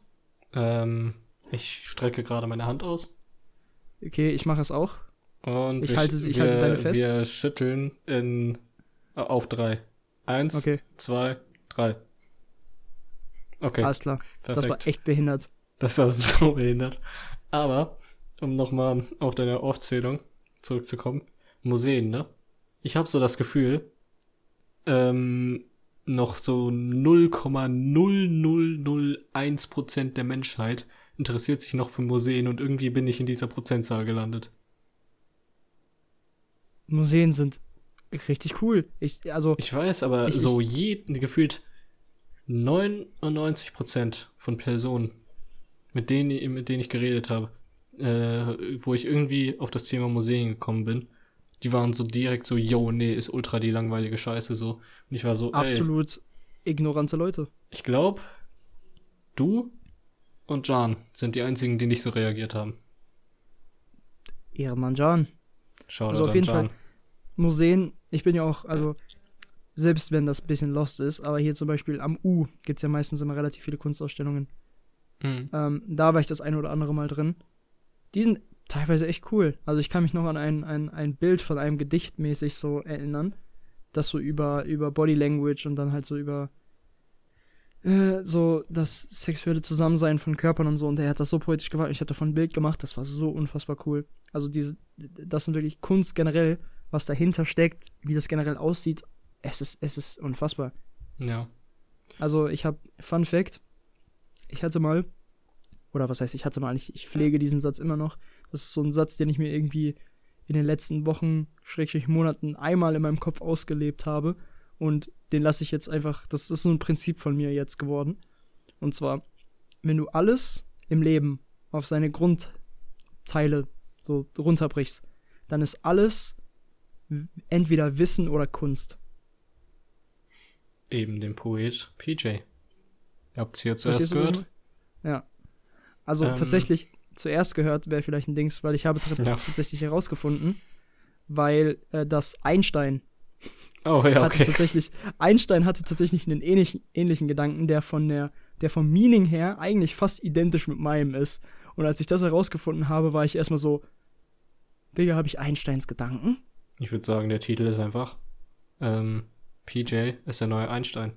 Ich strecke gerade meine Hand aus. Okay, ich mache es auch. Und Ich halte deine fest. Wir schütteln auf 3. 1, Okay. 2, 3. Okay, Alles klar. perfekt. Das war echt behindert. Das war so behindert. Aber, um nochmal auf deine Aufzählung zurückzukommen, Museen, ne? Ich habe so das Gefühl, noch so 0,0001% der Menschheit interessiert sich noch für Museen und irgendwie bin ich in dieser Prozentzahl gelandet. Museen sind richtig cool. Ich weiß, aber gefühlt 99% von Personen, mit denen ich geredet habe, wo ich irgendwie auf das Thema Museen gekommen bin, die waren so direkt so, yo, nee, ist ultra die langweilige Scheiße so. Und ich war so, absolut ignorante Leute. Ich glaube, du und Can sind die einzigen, die nicht so reagiert haben. Ehrenmann Can. Schau Also auf jeden Fall Museen, ich bin ja auch, also selbst wenn das ein bisschen lost ist, aber hier zum Beispiel am U gibt es ja meistens immer relativ viele Kunstausstellungen. Da war ich das eine oder andere Mal drin. Die sind teilweise echt cool. Also ich kann mich noch an ein Bild von einem Gedicht mäßig so erinnern, das so über Body Language und dann halt so über so das sexuelle Zusammensein von Körpern und so, und der hat das so poetisch gemacht. Ich habe davon ein Bild gemacht, das war so unfassbar cool. Also das sind wirklich Kunst generell, was dahinter steckt, wie das generell aussieht. Es ist unfassbar. Ja. Also Fun Fact, ich pflege diesen Satz immer noch. Das ist so ein Satz, den ich mir irgendwie in den letzten Wochen, Monaten einmal in meinem Kopf ausgelebt habe. Und den lasse ich jetzt einfach, das ist so ein Prinzip von mir jetzt geworden. Und zwar, wenn du alles im Leben auf seine Grundteile so runterbrichst, dann ist alles entweder Wissen oder Kunst. Eben den Poet PJ. Ihr habt es hier zuerst gehört? Ja. Also tatsächlich, zuerst gehört wäre vielleicht ein Dings, weil ich habe tatsächlich herausgefunden, weil das Einstein Einstein hatte tatsächlich einen ähnlichen Gedanken, der vom Meaning her eigentlich fast identisch mit meinem ist. Und als ich das herausgefunden habe, war ich erstmal so, Digga, habe ich Einsteins Gedanken? Ich würde sagen, der Titel ist einfach PJ ist der neue Einstein.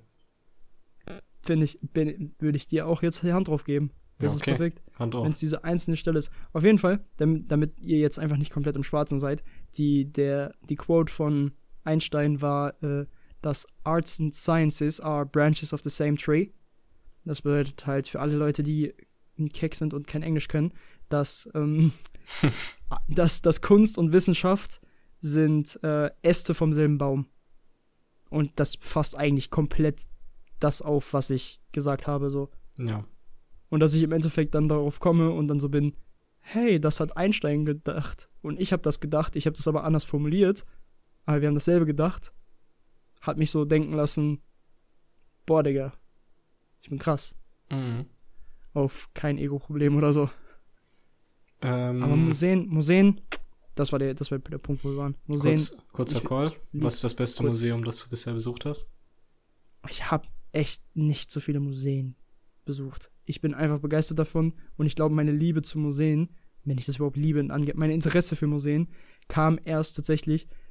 Würde ich dir auch jetzt die Hand drauf geben. Das ist perfekt. Hand drauf. Wenn es diese einzelne Stelle ist. Auf jeden Fall, damit ihr jetzt einfach nicht komplett im Schwarzen seid, die Quote von Einstein war, dass Arts and Sciences are branches of the same tree. Das bedeutet halt für alle Leute, die keck sind und kein Englisch können, dass Kunst und Wissenschaft sind Äste vom selben Baum. Und das fasst eigentlich komplett das auf, was ich gesagt habe, so. Ja. Und dass ich im Endeffekt dann darauf komme und dann so bin, hey, das hat Einstein gedacht. Und ich habe das gedacht, ich habe das aber anders formuliert. Aber wir haben dasselbe gedacht. Hat mich so denken lassen, boah, Digga, ich bin krass. Mhm. Auf kein Ego-Problem oder so. Aber Museen, das war der Punkt, wo wir waren. Museen. Kurzer Call. Was ist das beste Museum, das du bisher besucht hast? Ich habe echt nicht so viele Museen besucht. Ich bin einfach begeistert davon und ich glaube, meine Liebe zu Museen, wenn ich das überhaupt liebe, mein Interesse für Museen kam erst tatsächlich,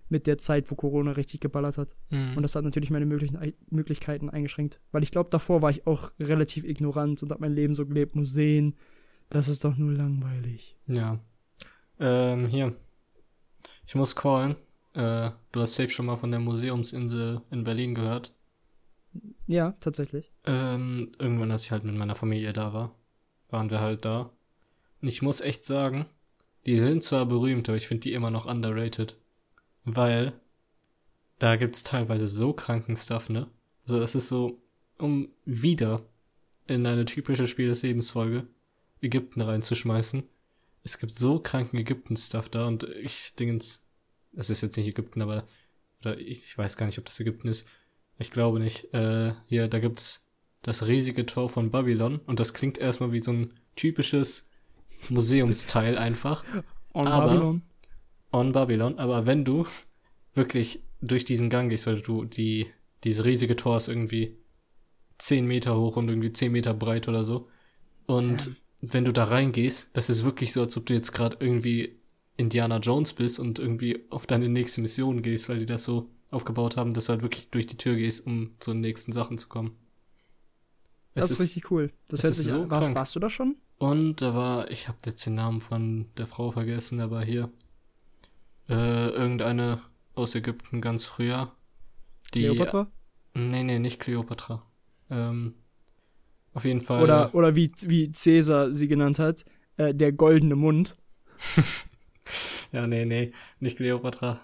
mit der Zeit, wo Corona richtig geballert hat. Und das hat natürlich meine Möglichkeiten eingeschränkt. Weil ich glaube, davor war ich auch relativ ignorant und habe mein Leben so gelebt. Museen, das ist doch nur langweilig. Ja. Hier. Ich muss callen. Du hast safe schon mal von der Museumsinsel in Berlin gehört. Ja, tatsächlich. Irgendwann, als ich halt mit meiner Familie da war, waren wir halt da. Und ich muss echt sagen, die sind zwar berühmt, aber ich finde die immer noch underrated. Weil da gibt's teilweise so kranken Stuff, ne? Also das ist so, um wieder in eine typische Spiel des Lebens Folge Ägypten reinzuschmeißen. Es gibt so kranken Ägypten-Stuff da und ich dingens, es ist jetzt nicht Ägypten, aber, oder ich weiß gar nicht, ob das Ägypten ist. Ich glaube nicht. Hier, da gibt's das riesige Tor von Babylon und das klingt erstmal wie so ein typisches Museumsteil einfach. Babylon. On Babylon, aber wenn du wirklich durch diesen Gang gehst, weil du diese riesige Tor ist irgendwie 10 Meter hoch und irgendwie 10 Meter breit oder so. Und wenn du da reingehst, das ist wirklich so, als ob du jetzt gerade irgendwie Indiana Jones bist und irgendwie auf deine nächste Mission gehst, weil die das so aufgebaut haben, dass du halt wirklich durch die Tür gehst, um zu den nächsten Sachen zu kommen. Das ist richtig cool. Das hört sich so krank. Warst du da schon? Und da war, ich habe jetzt den Namen von der Frau vergessen, aber hier irgendeine aus Ägypten ganz früher. Kleopatra? Nee, nicht Kleopatra. Auf jeden Fall. Oder wie Cäsar sie genannt hat, der goldene Mund. Ja, nee, nicht Kleopatra.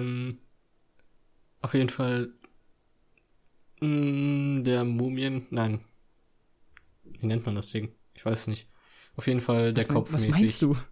Auf jeden Fall der Mumien, nein. Wie nennt man das Ding? Ich weiß nicht. Auf jeden Fall der Kopf mäßig. Was meinst du?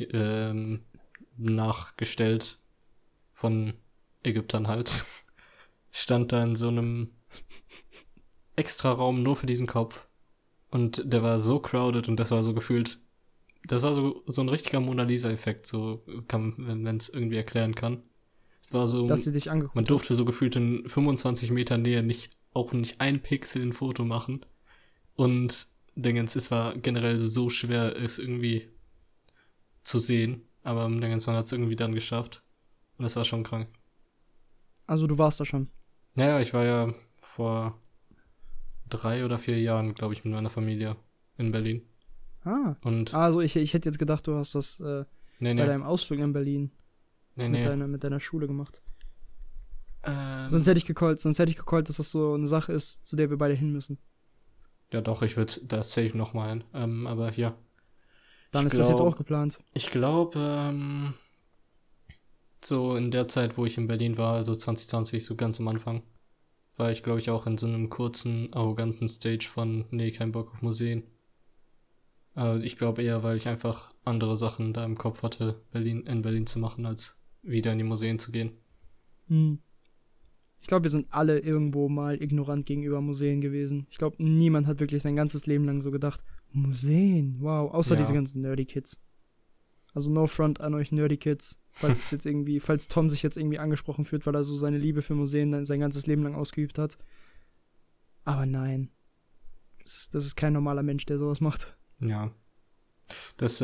Nachgestellt von Ägyptern halt. Stand da in so einem Extraraum nur für diesen Kopf. Und der war so crowded und das war so gefühlt, das war so ein richtiger Mona Lisa-Effekt, so wenn man es irgendwie erklären kann. Es war so, dass sie dich angeguckt man durfte so gefühlt in 25 Meter Nähe auch nicht ein Pixel ein Foto machen. Und es war generell so schwer, es irgendwie zu sehen. Aber man hat es irgendwie dann geschafft. Und das war schon krank. Also du warst da schon? Naja, ich war ja vor 3 oder 4 Jahren, glaube ich, mit meiner Familie in Berlin. Und also ich hätte jetzt gedacht, du hast das bei deinem Ausflug in Berlin mit deiner Schule gemacht. Sonst hätte ich gecallt, dass das so eine Sache ist, zu der wir beide hin müssen. Ja doch, ich würde da safe nochmal hin. Aber hier. Dann ist das jetzt auch geplant. Ich glaube, so in der Zeit, wo ich in Berlin war, also 2020, so ganz am Anfang, war ich, glaube ich, auch in so einem kurzen, arroganten Stage von, kein Bock auf Museen. Ich glaube eher, weil ich einfach andere Sachen da im Kopf hatte, in Berlin zu machen, als wieder in die Museen zu gehen. Ich glaube, wir sind alle irgendwo mal ignorant gegenüber Museen gewesen. Ich glaube, niemand hat wirklich sein ganzes Leben lang so gedacht, Museen, wow, außer diese ganzen Nerdy-Kids. Also no front an euch Nerdy-Kids, falls Tom sich jetzt irgendwie angesprochen fühlt, weil er so seine Liebe für Museen sein ganzes Leben lang ausgeübt hat. Aber nein, das ist kein normaler Mensch, der sowas macht. Ja. Das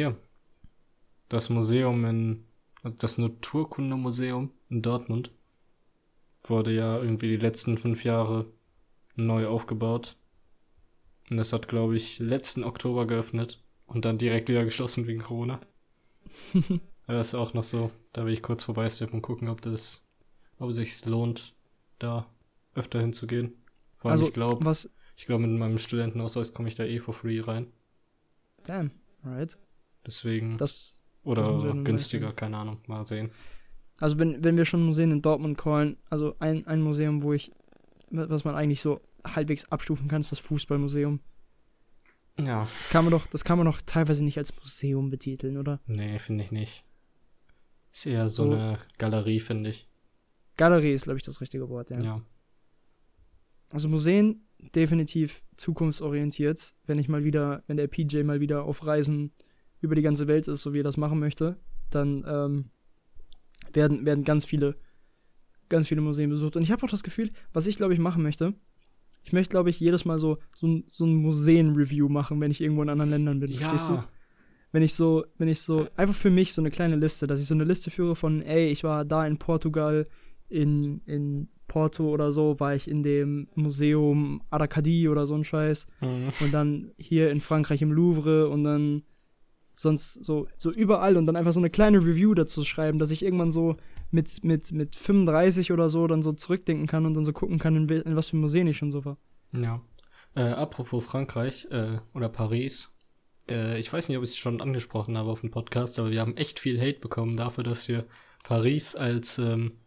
Museum das Naturkundemuseum in Dortmund wurde ja irgendwie die letzten 5 Jahre neu aufgebaut. Und das hat, glaube ich, letzten Oktober geöffnet und dann direkt wieder geschlossen wegen Corona. Das ist auch noch so, da will ich kurz vorbeisteppen und gucken, ob es sich lohnt, da öfter hinzugehen. Vor allem, also, ich glaube, mit meinem Studentenausweis komme ich da for free rein. Damn, alright. Deswegen. Oder günstiger, keine Ahnung, mal sehen. Also wenn wir schon Museen in Dortmund callen, also ein Museum, was man eigentlich so halbwegs abstufen kann, ist das Fußballmuseum. Ja. Das kann man doch teilweise nicht als Museum betiteln, oder? Nee, finde ich nicht. Ist eher so eine Galerie, finde ich. Galerie ist, glaube ich, das richtige Wort, ja. Ja. Also Museen definitiv zukunftsorientiert. Wenn der PJ mal wieder auf Reisen über die ganze Welt ist, so wie er das machen möchte, dann werden ganz viele Museen besucht. Und ich habe auch das Gefühl, was ich, glaube ich, machen möchte, ich möchte, glaube ich, jedes Mal so ein Museen-Review machen, wenn ich irgendwo in anderen Ländern bin. Ja. Verstehst du? einfach für mich so eine kleine Liste, dass ich so eine Liste führe von, ey, ich war da in Portugal, in Porto oder so, war ich in dem Museum Arcadi oder so ein Scheiß. Und dann hier in Frankreich im Louvre und dann sonst so überall und dann einfach so eine kleine Review dazu schreiben, dass ich irgendwann so mit 35 oder so dann so zurückdenken kann und dann so gucken kann, in was für Museen ich schon so war. Ja. Apropos Frankreich oder Paris. Ich weiß nicht, ob ich es schon angesprochen habe auf dem Podcast, aber wir haben echt viel Hate bekommen dafür, dass wir Paris als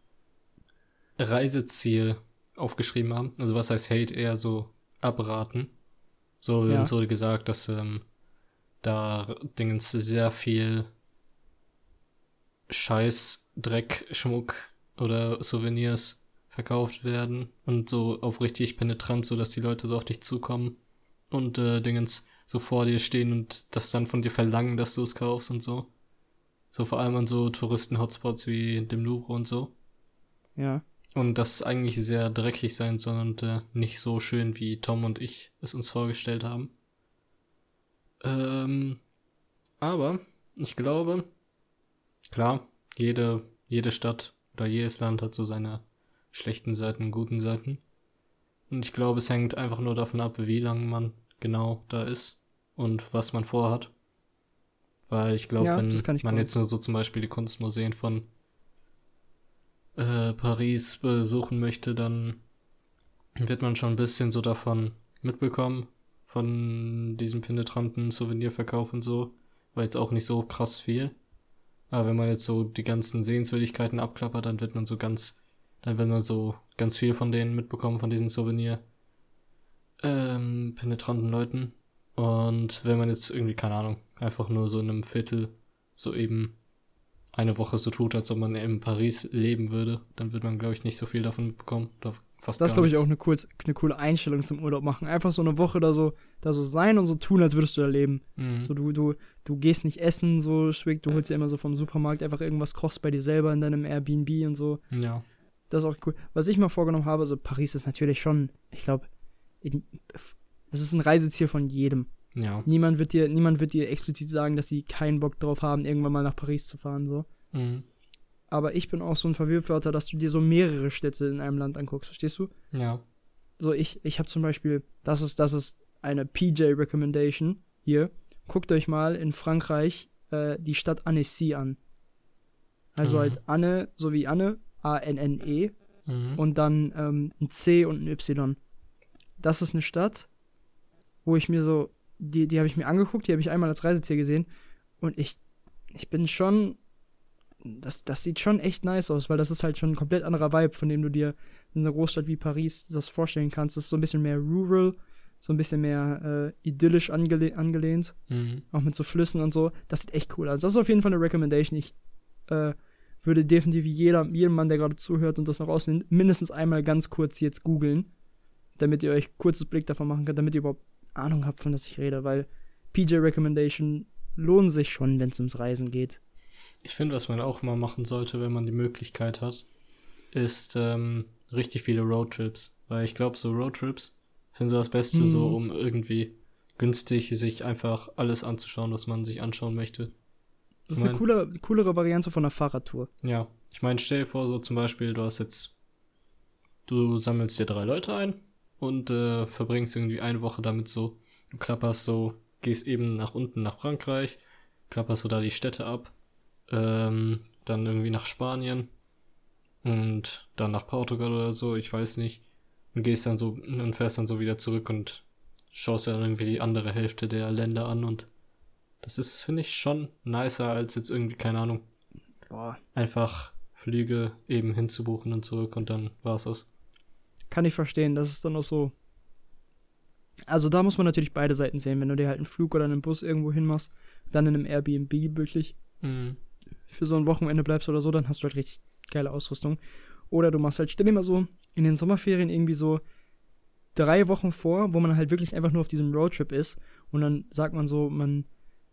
Reiseziel aufgeschrieben haben. Also was heißt Hate? Eher so abraten. So uns wurde gesagt, dass da Dingens sehr viel Scheiß, Dreck, Schmuck oder Souvenirs verkauft werden und so auf richtig penetrant, so dass die Leute so auf dich zukommen und Dingens so vor dir stehen und das dann von dir verlangen, dass du es kaufst und so. So vor allem an so Touristen-Hotspots wie dem Louvre und so. Ja. Und das eigentlich sehr dreckig sein soll und nicht so schön, wie Tom und ich es uns vorgestellt haben. Aber ich glaube, klar, jede Stadt oder jedes Land hat so seine schlechten Seiten und guten Seiten. Und ich glaube, es hängt einfach nur davon ab, wie lange man genau da ist und was man vorhat. Weil ich glaube, wenn man jetzt nur so zum Beispiel die Kunstmuseen von Paris besuchen möchte, dann wird man schon ein bisschen so davon mitbekommen, von diesem penetranten Souvenirverkauf und so, weil jetzt auch nicht so krass viel. Aber wenn man jetzt so die ganzen Sehenswürdigkeiten abklappert, dann wird man so ganz viel von denen mitbekommen, von diesen penetranten Leuten. Und wenn man jetzt irgendwie, keine Ahnung, einfach nur so in einem Viertel so eben eine Woche so tut, als ob man in Paris leben würde, dann wird man, glaube ich, nicht so viel davon mitbekommen. Oder fast das ist, glaube ich, auch eine coole Einstellung zum Urlaub machen. Einfach so eine Woche da so sein und so tun, als würdest du da leben. Mhm. So, du gehst nicht essen, so schwierig, du holst ja immer so vom Supermarkt einfach irgendwas, kochst bei dir selber in deinem Airbnb und so. Ja. Das ist auch cool. Was ich mal vorgenommen habe, also Paris ist natürlich schon, ich glaube, das ist ein Reiseziel von jedem. Ja. Niemand wird dir explizit sagen, dass sie keinen Bock drauf haben, irgendwann mal nach Paris zu fahren, so. Mhm. Aber ich bin auch so ein Verwirrter, dass du dir so mehrere Städte in einem Land anguckst, verstehst du? Ja. So, ich habe zum Beispiel, das ist eine PJ-Recommendation hier. Guckt euch mal in Frankreich die Stadt Annecy an. Also als Anne, so wie Anne, A-N-N-E und dann ein C und ein Y. Das ist eine Stadt, wo ich mir so, die habe ich mir angeguckt, die habe ich einmal als Reiseziel gesehen und ich bin schon, das sieht schon echt nice aus, weil das ist halt schon ein komplett anderer Vibe, von dem du dir in einer Großstadt wie Paris das vorstellen kannst. Das ist so ein bisschen mehr rural, so ein bisschen mehr idyllisch angelehnt, auch mit so Flüssen und so. Das sieht echt cool aus. Das ist auf jeden Fall eine Recommendation. Ich würde definitiv jedem Mann, der gerade zuhört und das noch ausnimmt, mindestens einmal ganz kurz jetzt googeln, damit ihr euch kurzes Blick davon machen könnt, damit ihr überhaupt Ahnung habt, von was ich rede, weil PJ-Recommendation lohnen sich schon, wenn es ums Reisen geht. Ich finde, was man auch mal machen sollte, wenn man die Möglichkeit hat, ist richtig viele Roadtrips. Weil ich glaube, so Roadtrips sind so das Beste, so um irgendwie günstig sich einfach alles anzuschauen, was man sich anschauen möchte. Das ist eine coolere Variante von einer Fahrradtour. Ja, ich meine, stell dir vor, so zum Beispiel, du sammelst dir 3 Leute ein und verbringst irgendwie eine Woche damit so, du klapperst so, gehst eben nach unten nach Frankreich, klapperst so da die Städte ab, dann irgendwie nach Spanien und dann nach Portugal oder so, ich weiß nicht, und fährst dann so wieder zurück und schaust dann irgendwie die andere Hälfte der Länder an und das ist, finde ich, schon nicer als jetzt irgendwie, keine Ahnung, einfach Flüge eben hinzubuchen und zurück und dann war's aus. Kann ich verstehen, das ist dann auch so. Also da muss man natürlich beide Seiten sehen, wenn du dir halt einen Flug oder einen Bus irgendwo hin machst, dann in einem Airbnb wirklich für so ein Wochenende bleibst oder so, dann hast du halt richtig geile Ausrüstung. Oder du machst halt, stell dir mal so in den Sommerferien irgendwie so 3 Wochen vor, wo man halt wirklich einfach nur auf diesem Roadtrip ist und dann sagt man so, man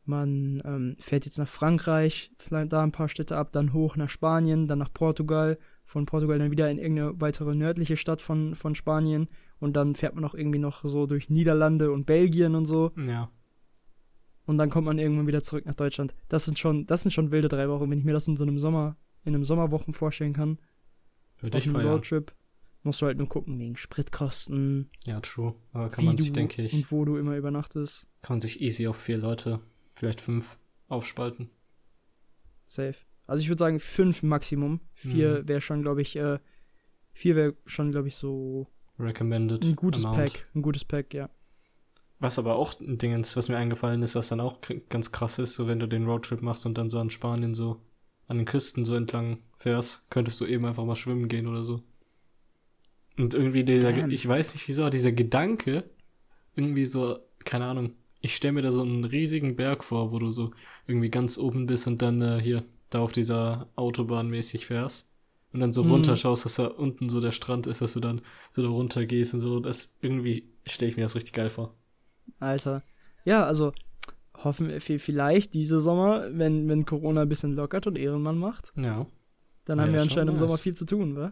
fährt jetzt nach Frankreich, vielleicht da ein paar Städte ab, dann hoch nach Spanien, dann nach Portugal, von Portugal dann wieder in irgendeine weitere nördliche Stadt von Spanien und dann fährt man auch irgendwie noch so durch Niederlande und Belgien und so. Ja. und dann kommt man irgendwann wieder zurück nach Deutschland. Das sind schon wilde 3 Wochen, wenn ich mir das in einem Sommerwochen vorstellen kann. Würde ich Auf einem feiern. Roadtrip musst du halt nur gucken wegen Spritkosten, Ja, true. Aber kann wie man du sich, denke ich, und wo du immer übernachtest. kann man sich easy auf 4 Leute, vielleicht 5 aufspalten. Safe. Also ich würde sagen 5 Maximum. 4 wäre schon, glaube ich, 4 wäre schon, glaube ich, so Recommended. ein gutes amount. Pack. Ein gutes Pack, ja. Was aber auch ein Ding ist, was mir eingefallen ist, was dann auch ganz krass ist, so wenn du den Roadtrip machst und dann so an Spanien so an den Küsten so entlang fährst, könntest du eben einfach mal schwimmen gehen oder so. Und irgendwie Damn. ich weiß nicht wieso, dieser Gedanke, irgendwie so, keine Ahnung, ich stelle mir da so einen riesigen Berg vor, wo du so irgendwie ganz oben bist und dann hier da auf dieser Autobahn mäßig fährst und dann so runterschaust, dass da unten so der Strand ist, dass du dann so da runter gehst und so, das irgendwie stelle ich mir das richtig geil vor. Alter. Ja, also hoffen wir vielleicht diese Sommer, wenn Corona ein bisschen lockert und Ehrenmann macht, Ja. dann haben Ja, wir schon anscheinend im nice. Sommer viel zu tun, wa?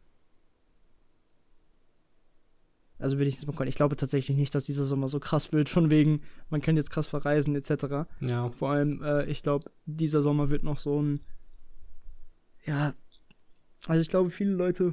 Also würde ich jetzt mal gucken. Ich glaube tatsächlich nicht, dass dieser Sommer so krass wird, von wegen, man kann jetzt krass verreisen, etc. Ja. Vor allem, ich glaube, dieser Sommer wird noch so ein, ja, also ich glaube, viele Leute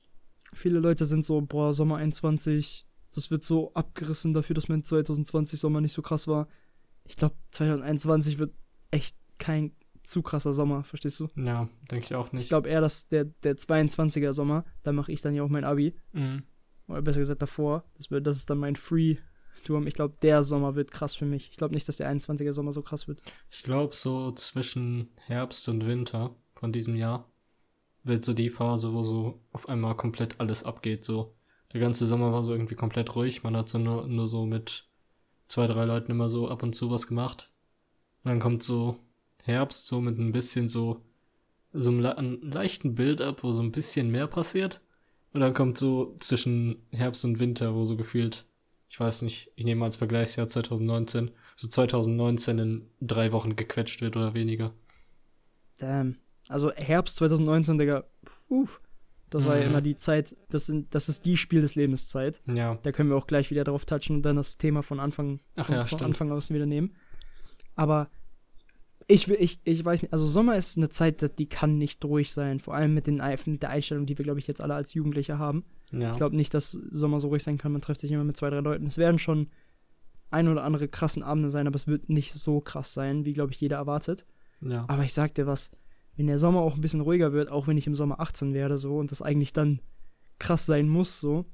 sind so, boah, Sommer 21, das wird so abgerissen dafür, dass mein 2020 Sommer nicht so krass war. Ich glaube, 2021 wird echt kein zu krasser Sommer, verstehst du? Ja, denke ich auch nicht. Ich glaube eher, dass der 22er Sommer, da mache ich dann ja auch mein Abi, Mhm. oder besser gesagt davor, das ist dann mein Free-Turm. Ich glaube, der Sommer wird krass für mich. Ich glaube nicht, dass der 21er Sommer so krass wird. Ich glaube, so zwischen Herbst und Winter von diesem Jahr wird so die Phase, wo so auf einmal komplett alles abgeht. So der ganze Sommer war so irgendwie komplett ruhig. Man hat so nur so mit 2, 3 Leuten immer so ab und zu was gemacht. Und dann kommt so Herbst so mit ein bisschen so einem leichten Build-up, wo so ein bisschen mehr passiert. Und dann kommt so zwischen Herbst und Winter, wo so gefühlt, ich weiß nicht, ich nehme als Vergleichsjahr 2019, so 2019 in 3 Wochen gequetscht wird oder weniger. Damn. Also Herbst 2019, Digga, das war ja immer die Zeit, das ist die Spiel des Lebens Zeit. Ja. Da können wir auch gleich wieder drauf touchen und dann das Thema von Anfang aus wieder nehmen. Aber ich weiß nicht, also Sommer ist eine Zeit, die kann nicht ruhig sein, vor allem mit der Einstellung, die wir, glaube ich, jetzt alle als Jugendliche haben. Ja. Ich glaube nicht, dass Sommer so ruhig sein kann, man trifft sich immer mit 2, 3 Leuten. Es werden schon ein oder andere krassen Abende sein, aber es wird nicht so krass sein, wie, glaube ich, jeder erwartet. Ja. Aber ich sag dir was, wenn der Sommer auch ein bisschen ruhiger wird, auch wenn ich im Sommer 18 werde so und das eigentlich dann krass sein muss, so,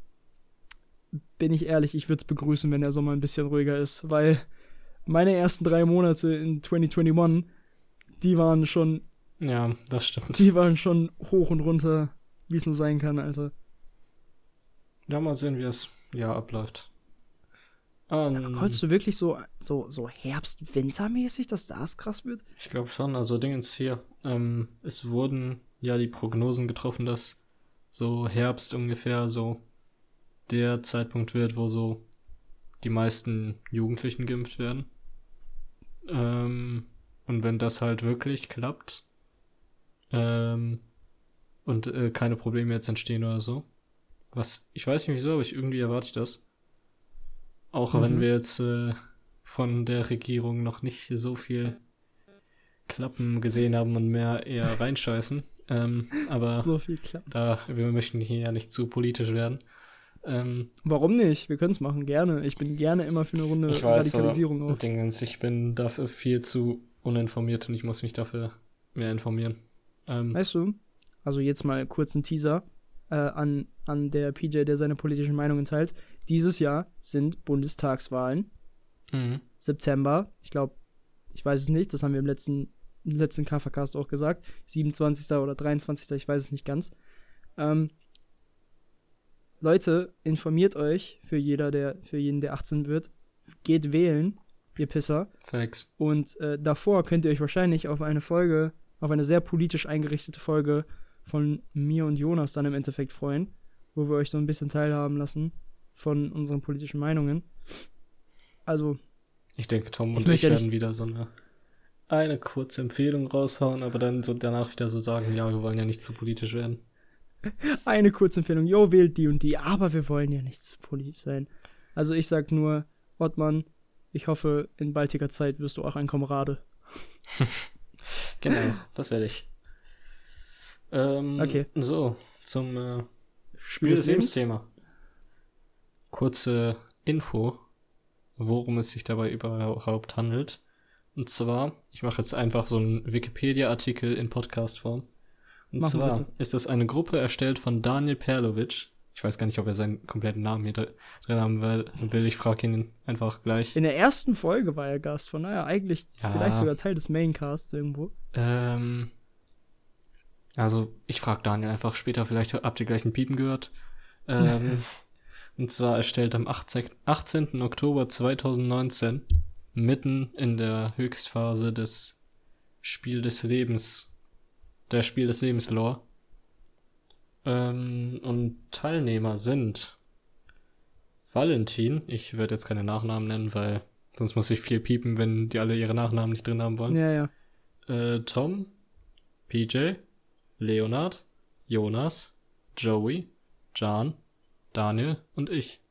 bin ich ehrlich, ich würde es begrüßen, wenn der Sommer ein bisschen ruhiger ist, weil meine ersten 3 Monate in 2021, die waren schon Ja, das stimmt. hoch und runter, wie es nur sein kann, Alter. Ja, mal sehen, wie das Jahr abläuft. Aber konntest du wirklich so Herbst-Winter-mäßig, dass das krass wird? Ich glaube schon, also Dingens hier. Es wurden ja die Prognosen getroffen, dass so Herbst ungefähr so der Zeitpunkt wird, wo so die meisten Jugendlichen geimpft werden. Und wenn das halt wirklich klappt und keine Probleme jetzt entstehen oder so, was, ich weiß nicht wieso, aber irgendwie erwarte ich das. Auch wenn wir jetzt von der Regierung noch nicht so viel Klappen gesehen haben und mehr eher reinscheißen. Aber So viel klappt. wir möchten hier ja nicht zu politisch werden. Warum nicht? Wir können es machen, gerne. Ich bin gerne immer für eine Runde Ich weiß, Radikalisierung so auf. Dingens, ich bin dafür viel zu uninformiert und ich muss mich dafür mehr informieren. Weißt du, also jetzt mal kurz ein Teaser an der PJ, der seine politischen Meinungen teilt. Dieses Jahr sind Bundestagswahlen. September. Ich glaube, ich weiß es nicht, das haben wir im letzten Kaffercast auch gesagt. 27. oder 23. Ich weiß es nicht ganz. Leute, informiert euch für jeden, der 18 wird. Geht wählen, ihr Pisser. Facts. Und davor könnt ihr euch wahrscheinlich auf eine sehr politisch eingerichtete Folge von mir und Jonas dann im Endeffekt freuen, wo wir euch so ein bisschen teilhaben lassen von unseren politischen Meinungen. Also, Ich denke, Tom und ich werden wieder so eine kurze Empfehlung raushauen, aber dann so danach wieder so sagen, ja, wir wollen ja nicht zu politisch werden. eine Kurzempfehlung, wählt die und die, aber wir wollen ja nicht zu politisch sein. Also ich sag nur, Ottmann, Ich hoffe, in baldiger Zeit wirst du auch ein Kamerade. Genau, das werde ich. Okay. So, zum Spiel des Lebens-Thema. Kurze Info, worum es sich dabei überhaupt handelt. Und zwar, ich mache jetzt einfach so einen Wikipedia-Artikel in Podcast-Form. Und Machen zwar bitte. ist das eine Gruppe erstellt von Daniel Perlovic. Ich weiß gar nicht, ob er seinen kompletten Namen hier drin haben will. Ich frage ihn einfach gleich. In der ersten Folge war er Gast, von daher eigentlich Ja. vielleicht sogar Teil des Maincasts irgendwo. Also, ich frage Daniel einfach später, vielleicht habt ihr gleich ein Piepen gehört. Und zwar erstellt am 18. Oktober 2019, mitten in der Höchstphase des Spiel des Lebens Lore. Und Teilnehmer sind Valentin, ich werde jetzt keine Nachnamen nennen, weil sonst muss ich viel piepen, wenn die alle ihre Nachnamen nicht drin haben wollen. Ja. Tom, PJ, Leonard, Jonas, Joey, Jan, Daniel und ich.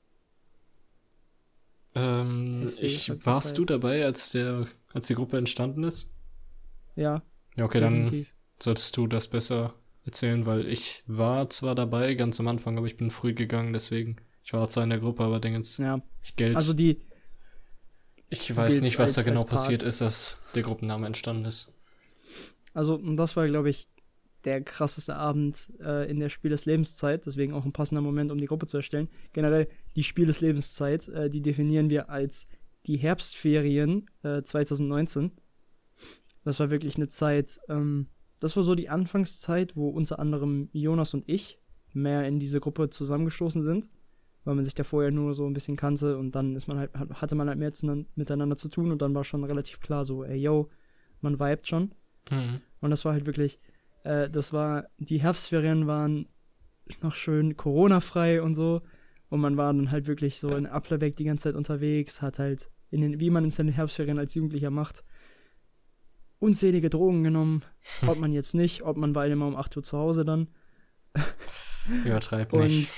Warst du dabei, als die Gruppe entstanden ist? Ja. Ja, okay, dann definitiv. solltest du das besser erzählen, weil ich war zwar dabei, ganz am Anfang, aber ich bin früh gegangen, deswegen. Ich war zwar in der Gruppe, aber Dingens. Ja. Geld. Also Ich weiß nicht, was da genau als passiert Part. ist, dass der Gruppenname entstanden ist. Also, das war, glaube ich, der krasseste Abend in der Spiel des Lebenszeit, deswegen auch ein passender Moment, um die Gruppe zu erstellen. Generell, die Spiel des Lebenszeit, die definieren wir als die Herbstferien 2019. Das war wirklich eine Zeit, das war so die Anfangszeit, wo unter anderem Jonas und ich mehr in diese Gruppe zusammengestoßen sind, weil man sich da vorher nur so ein bisschen kannte und dann hatte man halt mehr miteinander zu tun und dann war schon relativ klar so, ey, yo, man vibet schon. Mhm. Und das war halt wirklich, die Herbstferien waren noch schön Corona-frei und so. Und man war dann halt wirklich so in Applerbeck die ganze Zeit unterwegs, hat halt, wie man es in den Herbstferien als Jugendlicher macht, unzählige Drogen genommen. Ob man jetzt nicht, ob man war immer um 8 Uhr zu Hause dann. Übertreib nicht.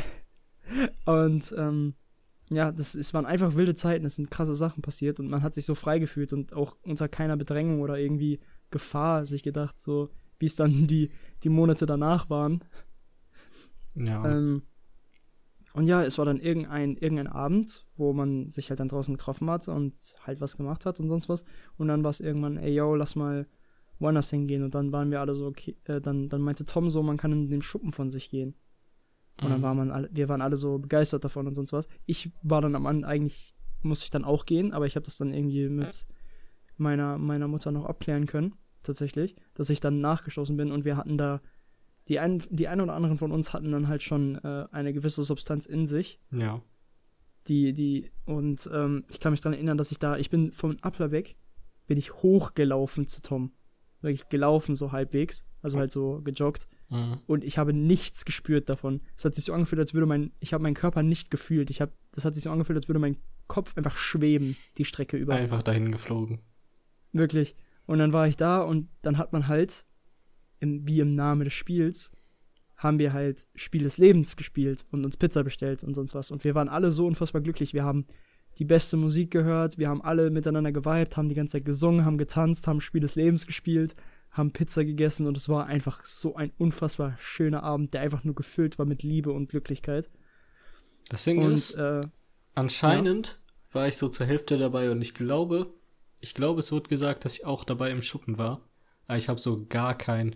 Ja, es waren einfach wilde Zeiten, es sind krasse Sachen passiert und man hat sich so frei gefühlt und auch unter keiner Bedrängung oder irgendwie Gefahr sich gedacht, so wie es dann die Monate danach waren. Ja. Und ja, es war dann irgendein Abend, wo man sich halt dann draußen getroffen hat und halt was gemacht hat und sonst was. Und dann war es irgendwann, ey, yo, lass mal woanders hingehen. Und dann waren wir alle so, okay, dann meinte Tom so, man kann in den Schuppen von sich gehen. Und dann wir waren alle so begeistert davon und sonst was. Ich war dann am Ende, eigentlich musste ich dann auch gehen, aber ich habe das dann irgendwie mit meiner Mutter noch abklären können, tatsächlich, dass ich dann nachgestoßen bin und wir hatten da, die einen oder anderen von uns hatten dann halt schon eine gewisse Substanz in sich. Ja. Ich kann mich daran erinnern, dass ich bin von Applerbeck, bin ich hochgelaufen zu Tom. Wirklich gelaufen, so halbwegs, also halt so gejoggt. Und ich habe nichts gespürt davon. Es hat sich so angefühlt, als würde ich habe meinen Körper nicht gefühlt. Das hat sich so angefühlt, als würde mein Kopf einfach schweben, die Strecke über. Einfach dahin geflogen. Wirklich. Und dann war ich da und dann hat man halt, wie im Namen des Spiels, haben wir halt Spiel des Lebens gespielt und uns Pizza bestellt und sonst was. Und wir waren alle so unfassbar glücklich. Wir haben die beste Musik gehört, wir haben alle miteinander geweibt, haben die ganze Zeit gesungen, haben getanzt, haben Spiel des Lebens gespielt, haben Pizza gegessen und es war einfach so ein unfassbar schöner Abend, der einfach nur gefüllt war mit Liebe und Glücklichkeit. Das Ding ist, anscheinend war ich so zur Hälfte dabei und ich glaube, es wird gesagt, dass ich auch dabei im Schuppen war, aber ich habe so gar keine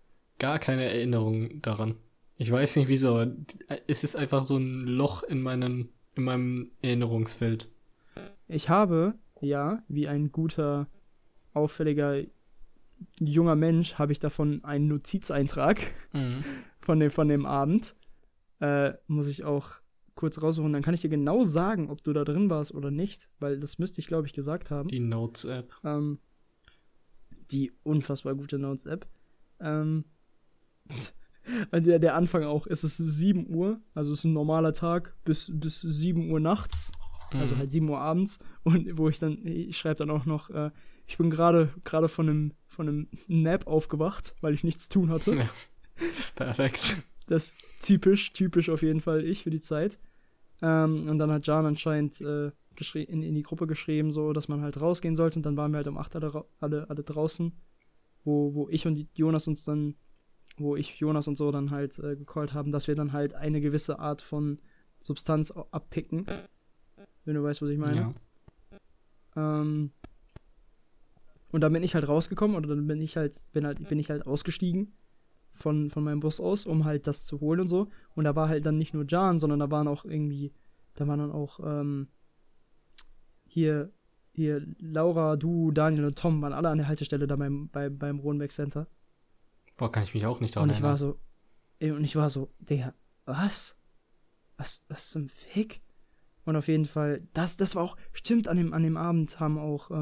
Erinnerung daran. Ich weiß nicht wieso, aber es ist einfach so ein Loch in meinem Erinnerungsfeld. Ich habe, ja, wie ein guter, auffälliger junger Mensch, habe ich davon einen Notizeintrag von dem Abend. Muss ich auch kurz raussuchen, dann kann ich dir genau sagen, ob du da drin warst oder nicht, weil das müsste ich, glaube ich, gesagt haben. Die Notes-App. Die unfassbar gute Notes-App. Und der Anfang auch, es ist 7 Uhr, also es ist ein normaler Tag bis 7 Uhr nachts, also halt 7 Uhr abends, und ich schreibe dann auch noch, ich bin gerade von einem Nap aufgewacht, weil ich nichts zu tun hatte. Ja. Perfekt. Das ist typisch auf jeden Fall ich für die Zeit. Und dann hat Jan anscheinend in die Gruppe geschrieben, so, dass man halt rausgehen sollte. Und dann waren wir halt um 8 alle draußen, wo ich und Jonas und so dann halt gecallt haben, dass wir dann halt eine gewisse Art von Substanz abpicken. Wenn du weißt, was ich meine. Ja. Und dann bin ich halt rausgekommen oder dann bin ich halt ausgestiegen von meinem Bus aus, um halt das zu holen und so. Und da war halt dann nicht nur Jan, sondern da waren dann auch hier Laura, du, Daniel und Tom waren alle an der Haltestelle da beim Rodenbeck Center. Boah, kann ich mich auch nicht daran erinnern. Und ich war so, Digga, was? Was zum Fick? Und auf jeden Fall, das war auch, stimmt, an dem Abend haben auch,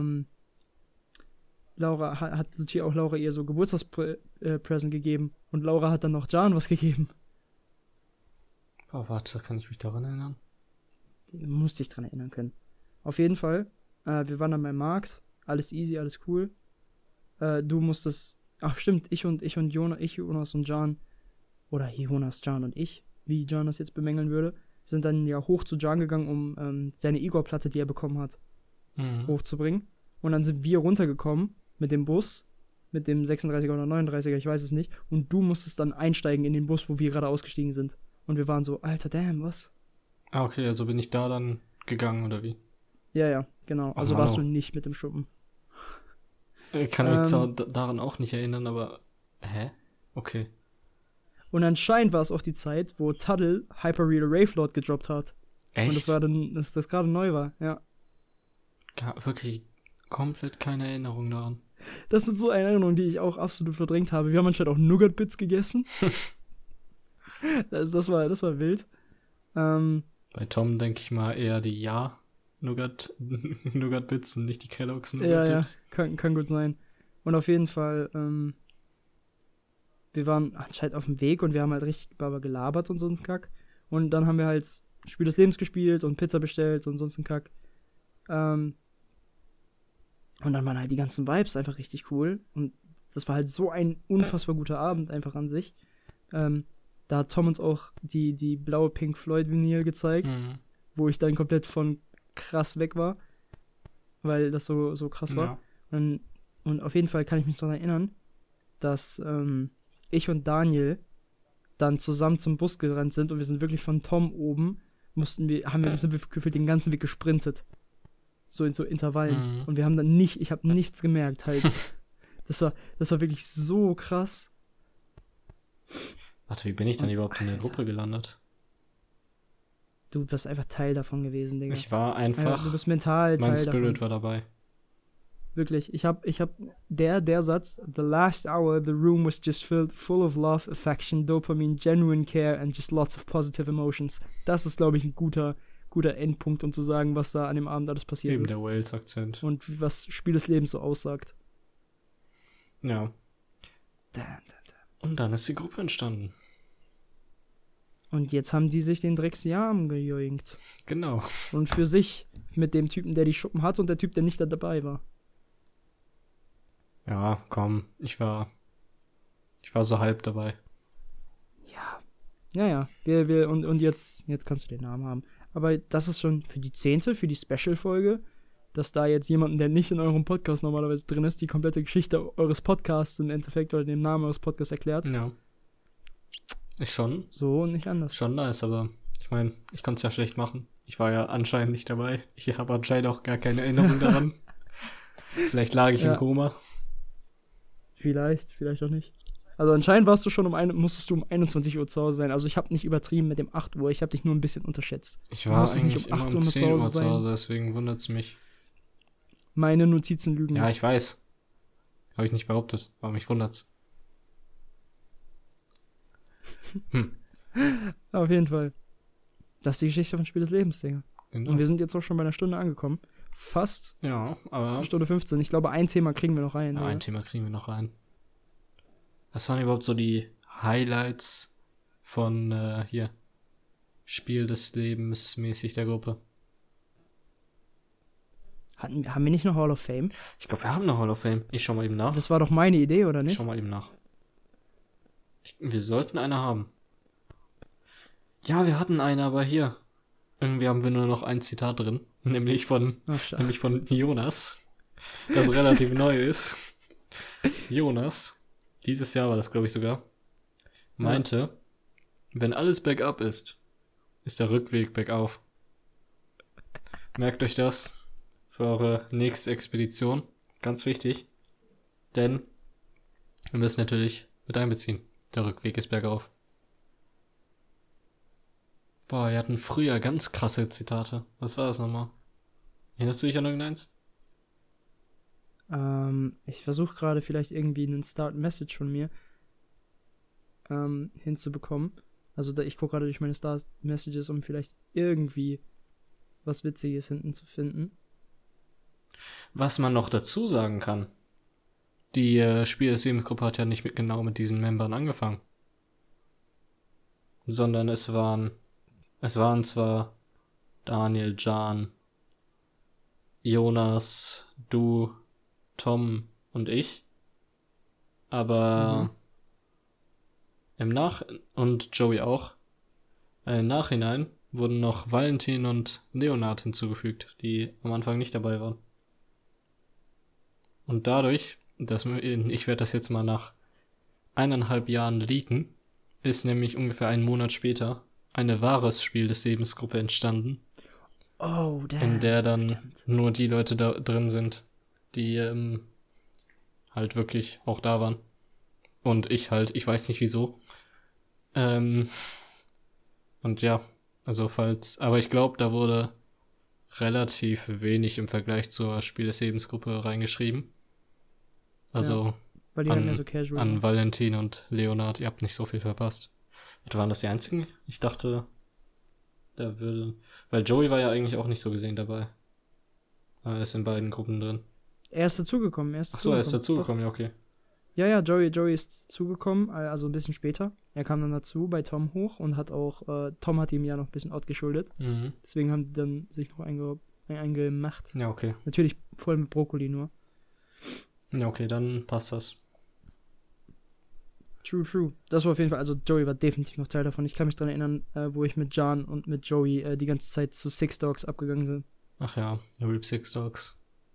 Laura, hat Lucia auch Laura ihr so Geburtstagspresent gegeben. Und Laura hat dann noch Jan was gegeben. Oh, warte, kann ich mich daran erinnern? Du musst dich dran erinnern können. Auf jeden Fall, wir waren dann beim Markt. Alles easy, alles cool. Du musstest, stimmt, ich und Jonas und Jan, oder Jonas, Jan und ich, wie Jan das jetzt bemängeln würde, sind dann ja hoch zu Jan gegangen, um seine Igor-Platte, die er bekommen hat, hochzubringen. Und dann sind wir runtergekommen mit dem Bus, mit dem 36er oder 39er, ich weiß es nicht. Und du musstest dann einsteigen in den Bus, wo wir gerade ausgestiegen sind. Und wir waren so, Alter, damn, was? Okay, also bin ich da dann gegangen, oder wie? Ja, genau. Also warst du nicht mit dem Schuppen. Ich kann mich daran auch nicht erinnern, aber hä? Okay. Und anscheinend war es auch die Zeit, wo Tuddle Hyperreal Ravelord gedroppt hat. Echt? Und das war dann, dass das gerade neu war, ja. Wirklich komplett keine Erinnerung daran. Das sind so Erinnerungen, die ich auch absolut verdrängt habe. Wir haben anscheinend auch Nougat-Bits gegessen. das war wild. Bei Tom denke ich mal eher die Nougat-Bits und nicht die Kellogg's Nougat-Dips. Ja, kann gut sein. Und auf jeden Fall, wir waren anscheinend auf dem Weg und wir haben halt richtig gelabert und so einen Kack. Und dann haben wir halt Spiel des Lebens gespielt und Pizza bestellt und sonst einen Kack. Und dann waren halt die ganzen Vibes einfach richtig cool. Und das war halt so ein unfassbar guter Abend einfach an sich. Da hat Tom uns auch die blaue Pink Floyd Vinyl gezeigt, wo ich dann komplett von krass weg war, weil das so krass war. Und auf jeden Fall kann ich mich daran erinnern, dass ich und Daniel dann zusammen zum Bus gerannt sind und wir sind wirklich von Tom oben, sind wir gefühlt den ganzen Weg gesprintet. So in so Intervallen. Und wir haben dann ich habe nichts gemerkt halt. Das war wirklich so krass. Warte, wie bin ich dann überhaupt in der Gruppe gelandet? Du bist einfach Teil davon gewesen, Digga. Ich war einfach. Du bist mental Teil davon. Mein Spirit war dabei. Wirklich, ich hab der Satz, the last hour, the room was just filled full of love, affection, dopamine, genuine care and just lots of positive emotions. Das ist, glaube ich, ein guter Endpunkt, um zu sagen, was da an dem Abend alles passiert ist. Eben der Wales-Akzent. Und was Spiel des Lebens so aussagt. Ja. Damn. Und dann ist die Gruppe entstanden. Und jetzt haben die sich den Drecksjarm gejoinkt. Genau. Und für sich mit dem Typen, der die Schuppen hat und der Typ, der nicht da dabei war. Ja, komm, ich war so halb dabei. Ja. Und jetzt kannst du den Namen haben. Aber das ist schon für die 10., für die Special-Folge, dass da jetzt jemanden, der nicht in eurem Podcast normalerweise drin ist, die komplette Geschichte eures Podcasts im Endeffekt oder den Namen eures Podcasts erklärt. Ja. Ist schon. So und nicht anders. Schon nice, aber ich meine, ich konnte es ja schlecht machen. Ich war ja anscheinend nicht dabei. Ich habe anscheinend auch gar keine Erinnerung daran. Vielleicht lag ich im Koma. Vielleicht auch nicht. Also anscheinend musstest du um 21 Uhr zu Hause sein. Also ich habe nicht übertrieben mit dem 8 Uhr. Ich habe dich nur ein bisschen unterschätzt. Ich war eigentlich immer um 10 Uhr zu Hause, deswegen wundert es mich. Meine Notizen lügen. Ja, ich weiß. Habe ich nicht behauptet, aber mich wundert's. Auf jeden Fall. Das ist die Geschichte von Spiel des Lebens, Digga. Genau. Und wir sind jetzt auch schon bei einer Stunde angekommen. Fast. Ja, aber. Stunde 15. Ich glaube, ein Thema kriegen wir noch rein. Ja, ein Thema kriegen wir noch rein. Was waren überhaupt so die Highlights von hier Spiel des Lebens mäßig der Gruppe? Haben wir nicht noch Hall of Fame? Ich glaube, wir haben noch Hall of Fame. Ich schau mal eben nach. Das war doch meine Idee, oder nicht? Ich schau mal eben nach. Wir sollten eine haben. Ja, wir hatten eine, aber hier. irgendwie haben wir nur noch ein Zitat drin, nämlich von Jonas, das relativ neu ist. Jonas, dieses Jahr war das, glaube ich, sogar, meinte, wenn alles bergab ist der Rückweg bergauf. Merkt euch das für eure nächste Expedition. Ganz wichtig. Denn wir müssen natürlich mit einbeziehen. Der Rückweg ist bergauf. Boah, wir hatten früher ganz krasse Zitate. Was war das nochmal? Erinnerst du dich an irgendeins? Ich versuche gerade vielleicht irgendwie einen Start-Message von mir hinzubekommen. Also ich gucke gerade durch meine Start-Messages, um vielleicht irgendwie was Witziges hinten zu finden. Was man noch dazu sagen kann, die Spiel des Lebens-Gruppe hat ja nicht genau mit diesen Membern angefangen. Sondern es waren zwar Daniel, Jan, Jonas, du, Tom und ich, aber und Joey auch. Im Nachhinein wurden noch Valentin und Leonard hinzugefügt, die am Anfang nicht dabei waren. Und dadurch, ich werde das jetzt mal nach 1,5 Jahren leaken, ist nämlich ungefähr einen Monat später eine wahres Spiel des Lebensgruppe entstanden. Oh, damn. In der dann nur die Leute da drin sind, die halt wirklich auch da waren. Und ich weiß nicht wieso. Und ja, also aber ich glaube, da wurde relativ wenig im Vergleich zur Spiel des Lebensgruppe reingeschrieben. Also weil die halt mehr so casual an Valentin und Leonard, ihr habt nicht so viel verpasst. Waren das die einzigen? Ich dachte, weil Joey war ja eigentlich auch nicht so gesehen dabei. Er ist in beiden Gruppen drin. Er ist dazugekommen. Er ist dazugekommen, ja, okay. Ja, Joey ist zugekommen, also ein bisschen später. Er kam dann dazu bei Tom hoch und hat auch, Tom hat ihm ja noch ein bisschen Ort geschuldet. Mhm. Deswegen haben die dann sich noch eingemacht. Ja, okay. Natürlich voll mit Brokkoli nur. Ja, okay, dann passt das. True. Das war auf jeden Fall, also Joey war definitiv noch Teil davon. Ich kann mich daran erinnern, wo ich mit Jan und mit Joey die ganze Zeit zu Six Dogs abgegangen sind. Ach ja, Rip Six Dogs.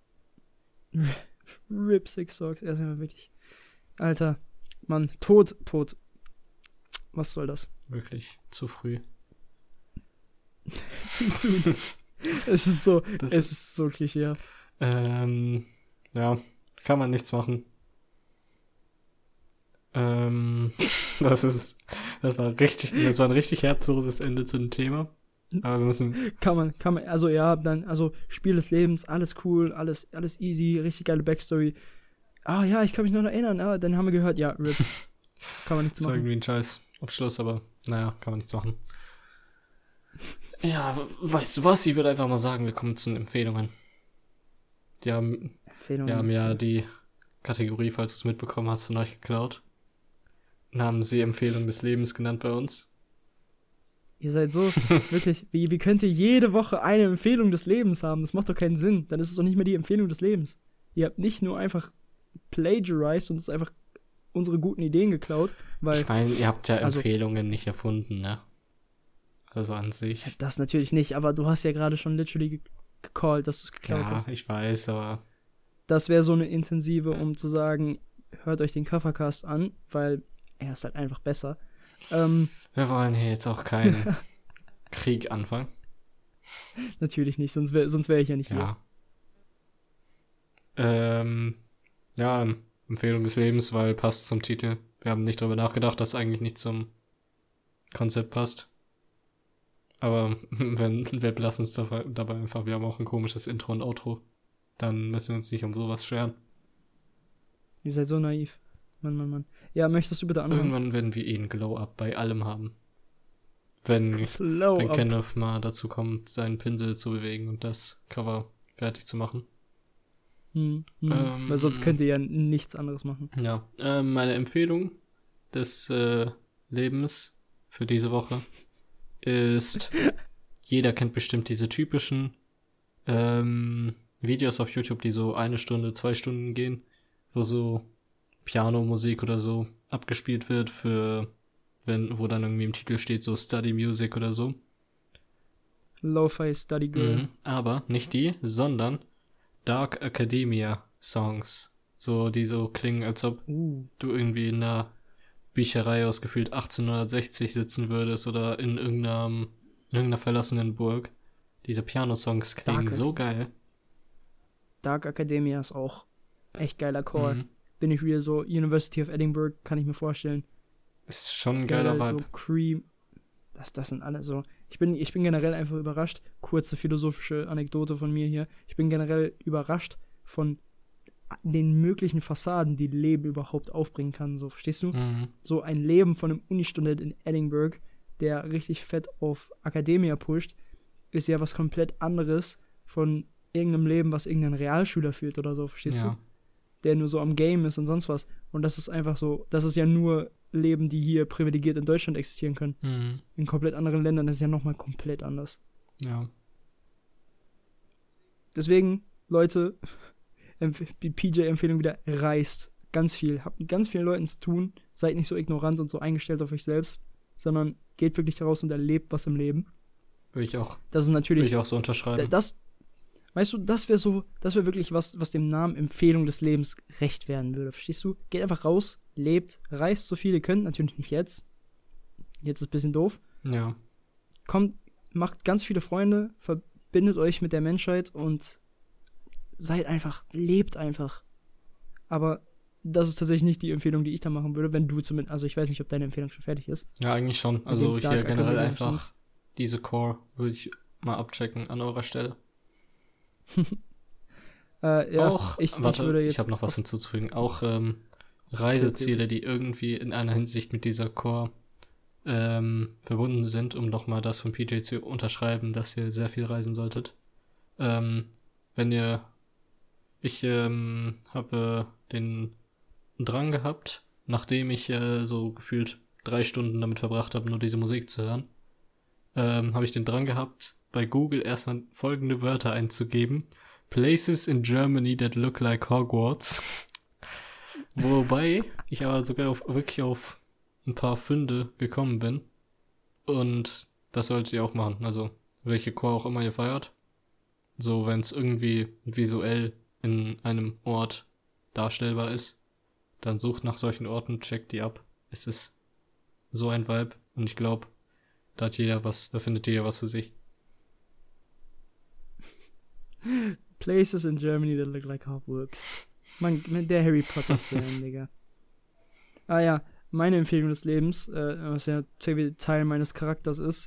Rip Six Dogs, er ist einfach wirklich. Alter, Mann, tot. Was soll das? Wirklich, zu früh. Too soon. Es ist so klischeehaft. Ja, kann man nichts machen. Das war ein richtig herzloses Ende zu dem Thema. Aber wir müssen. Kann man, also ja, dann, also Spiel des Lebens, alles cool, alles easy, richtig geile Backstory. Ah ja, ich kann mich noch erinnern, dann haben wir gehört, ja, RIP. Kann man nichts machen. Das war irgendwie ein scheiß Abschluss, aber naja, kann man nichts machen. Ja, weißt du was? Ich würde einfach mal sagen, wir kommen zu den Empfehlungen. Wir haben ja die Kategorie, falls du es mitbekommen hast, von euch geklaut. Und haben sie Empfehlung des Lebens genannt bei uns. Ihr seid so, wirklich, wie könnt ihr jede Woche eine Empfehlung des Lebens haben? Das macht doch keinen Sinn. Dann ist es doch nicht mehr die Empfehlung des Lebens. Ihr habt nicht nur einfach plagiarized und es einfach unsere guten Ideen geklaut, weil... Ich meine, ihr habt ja Empfehlungen nicht erfunden, ne? Also an sich. Ja, das natürlich nicht, aber du hast ja gerade schon literally gecallt, dass du es geklaut hast. Ja, ich weiß, aber... Das wäre so eine Intensive, um zu sagen, hört euch den Covercast an, weil er ist halt einfach besser. Wir wollen hier jetzt auch keinen Krieg anfangen. Natürlich nicht, sonst wär ich ja nicht hier. Ja, Empfehlung des Lebens, weil passt zum Titel. Wir haben nicht darüber nachgedacht, dass eigentlich nicht zum Konzept passt. Aber wir belassen es dabei einfach. Wir haben auch ein komisches Intro und Outro. Dann müssen wir uns nicht um sowas scheren. Ihr seid so naiv. Mann. Ja, möchtest du bitte anfangen? Irgendwann werden wir ein Glow-Up bei allem haben. Wenn Kenneth mal dazu kommt, seinen Pinsel zu bewegen und das Cover fertig zu machen. Weil sonst könnt ihr ja nichts anderes machen. Ja, meine Empfehlung des Lebens für diese Woche ist, jeder kennt bestimmt diese typischen Videos auf YouTube, die so 1 Stunde, 2 Stunden gehen, wo so Piano-Musik oder so abgespielt wird wo dann irgendwie im Titel steht so Study Music oder so. Lo-Fi Study Girl. Aber nicht die, sondern Dark Academia Songs. So, die so klingen, als ob du irgendwie in einer Bücherei aus gefühlt 1860 sitzen würdest oder in irgendeiner verlassenen Burg. Diese Piano-Songs klingen so geil. Dark Academia ist auch echt geiler Call. Bin ich wieder so, University of Edinburgh, kann ich mir vorstellen. Ist schon ein geiler Vibe. So Cream. Das sind alle so. Ich bin generell einfach überrascht. Kurze philosophische Anekdote von mir hier. Ich bin generell überrascht von den möglichen Fassaden, die Leben überhaupt aufbringen kann. So, verstehst du? So ein Leben von einem Uni-Student in Edinburgh, der richtig fett auf Academia pusht, ist ja was komplett anderes von irgendeinem Leben, was irgendein Realschüler führt oder so, verstehst du? Der nur so am Game ist und sonst was. Und das ist einfach so, das ist ja nur Leben, die hier privilegiert in Deutschland existieren können. In komplett anderen Ländern ist es ja nochmal komplett anders. Ja. Deswegen, Leute, die PJ-Empfehlung wieder, reist ganz viel. Habt mit ganz vielen Leuten zu tun. Seid nicht so ignorant und so eingestellt auf euch selbst, sondern geht wirklich raus und erlebt was im Leben. Würde ich auch. Das ist natürlich. Würde ich auch so unterschreiben. Weißt du, das wäre wirklich was dem Namen Empfehlung des Lebens recht werden würde. Verstehst du? Geht einfach raus, lebt, reist so viel ihr könnt. Natürlich nicht jetzt. Jetzt ist ein bisschen doof. Ja. Kommt, macht ganz viele Freunde, verbindet euch mit der Menschheit und lebt einfach. Aber das ist tatsächlich nicht die Empfehlung, die ich da machen würde, wenn du zumindest, also ich weiß nicht, ob deine Empfehlung schon fertig ist. Ja, eigentlich schon. Also hier generell einfach diese Core würde ich mal abchecken an eurer Stelle. Ja, auch, ich habe noch was hinzuzufügen. Auch Reiseziele, die irgendwie in einer Hinsicht mit dieser Core verbunden sind, um nochmal das von PJ zu unterschreiben, dass ihr sehr viel reisen solltet. Ich habe den Drang gehabt, nachdem ich so gefühlt 3 Stunden damit verbracht habe, nur diese Musik zu hören, habe ich den Drang gehabt, bei Google erstmal folgende Wörter einzugeben. Places in Germany that look like Hogwarts. Wobei ich aber sogar wirklich auf ein paar Funde gekommen bin. Und das solltet ihr auch machen. Also, welche Core auch immer ihr feiert. So, wenn es irgendwie visuell in einem Ort darstellbar ist, dann sucht nach solchen Orten, checkt die ab. Es ist so ein Vibe. Und ich glaube, da findet jeder was für sich. Places in Germany that look like Hogwarts. Mann, der Harry Potter-Fan, Digga. Ah ja, meine Empfehlung des Lebens, was ja Teil meines Charakters ist,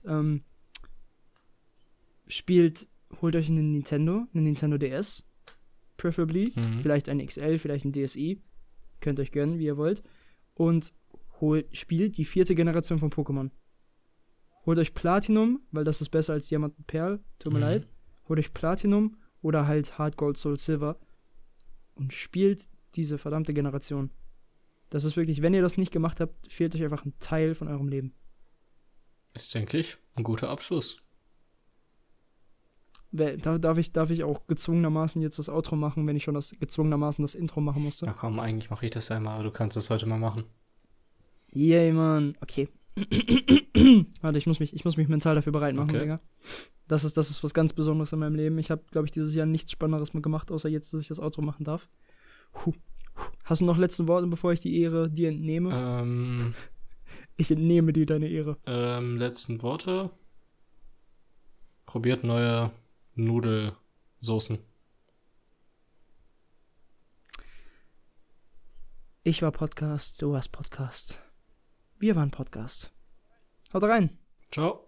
holt euch einen Nintendo DS, preferably, vielleicht ein XL, vielleicht ein DSi, könnt euch gönnen, wie ihr wollt, und spielt die 4. Generation von Pokémon. Holt euch Platinum, weil das ist besser als Diamant und Perl, tut mir leid, holt euch Platinum oder halt Hard Gold, Soul Silver und spielt diese verdammte Generation. Das ist wirklich, wenn ihr das nicht gemacht habt, fehlt euch einfach ein Teil von eurem Leben. Ist, denke ich, ein guter Abschluss. Darf ich auch gezwungenermaßen jetzt das Outro machen, wenn ich schon gezwungenermaßen das Intro machen musste? Ja komm, eigentlich mache ich das ja immer, aber du kannst das heute mal machen. Yay, Mann. Okay. Warte, ich muss mich mental dafür bereit machen, okay. Digga. Das ist was ganz Besonderes in meinem Leben. Ich habe, glaube ich, dieses Jahr nichts Spannenderes mehr gemacht, außer jetzt, dass ich das Outro machen darf. Hast du noch letzte Worte, bevor ich die Ehre dir entnehme? Ich entnehme dir deine Ehre. Letzten Worte. Probiert neue Nudelsoßen. Ich war Podcast, du warst Podcast. Wir waren Podcast. Haut rein. Ciao.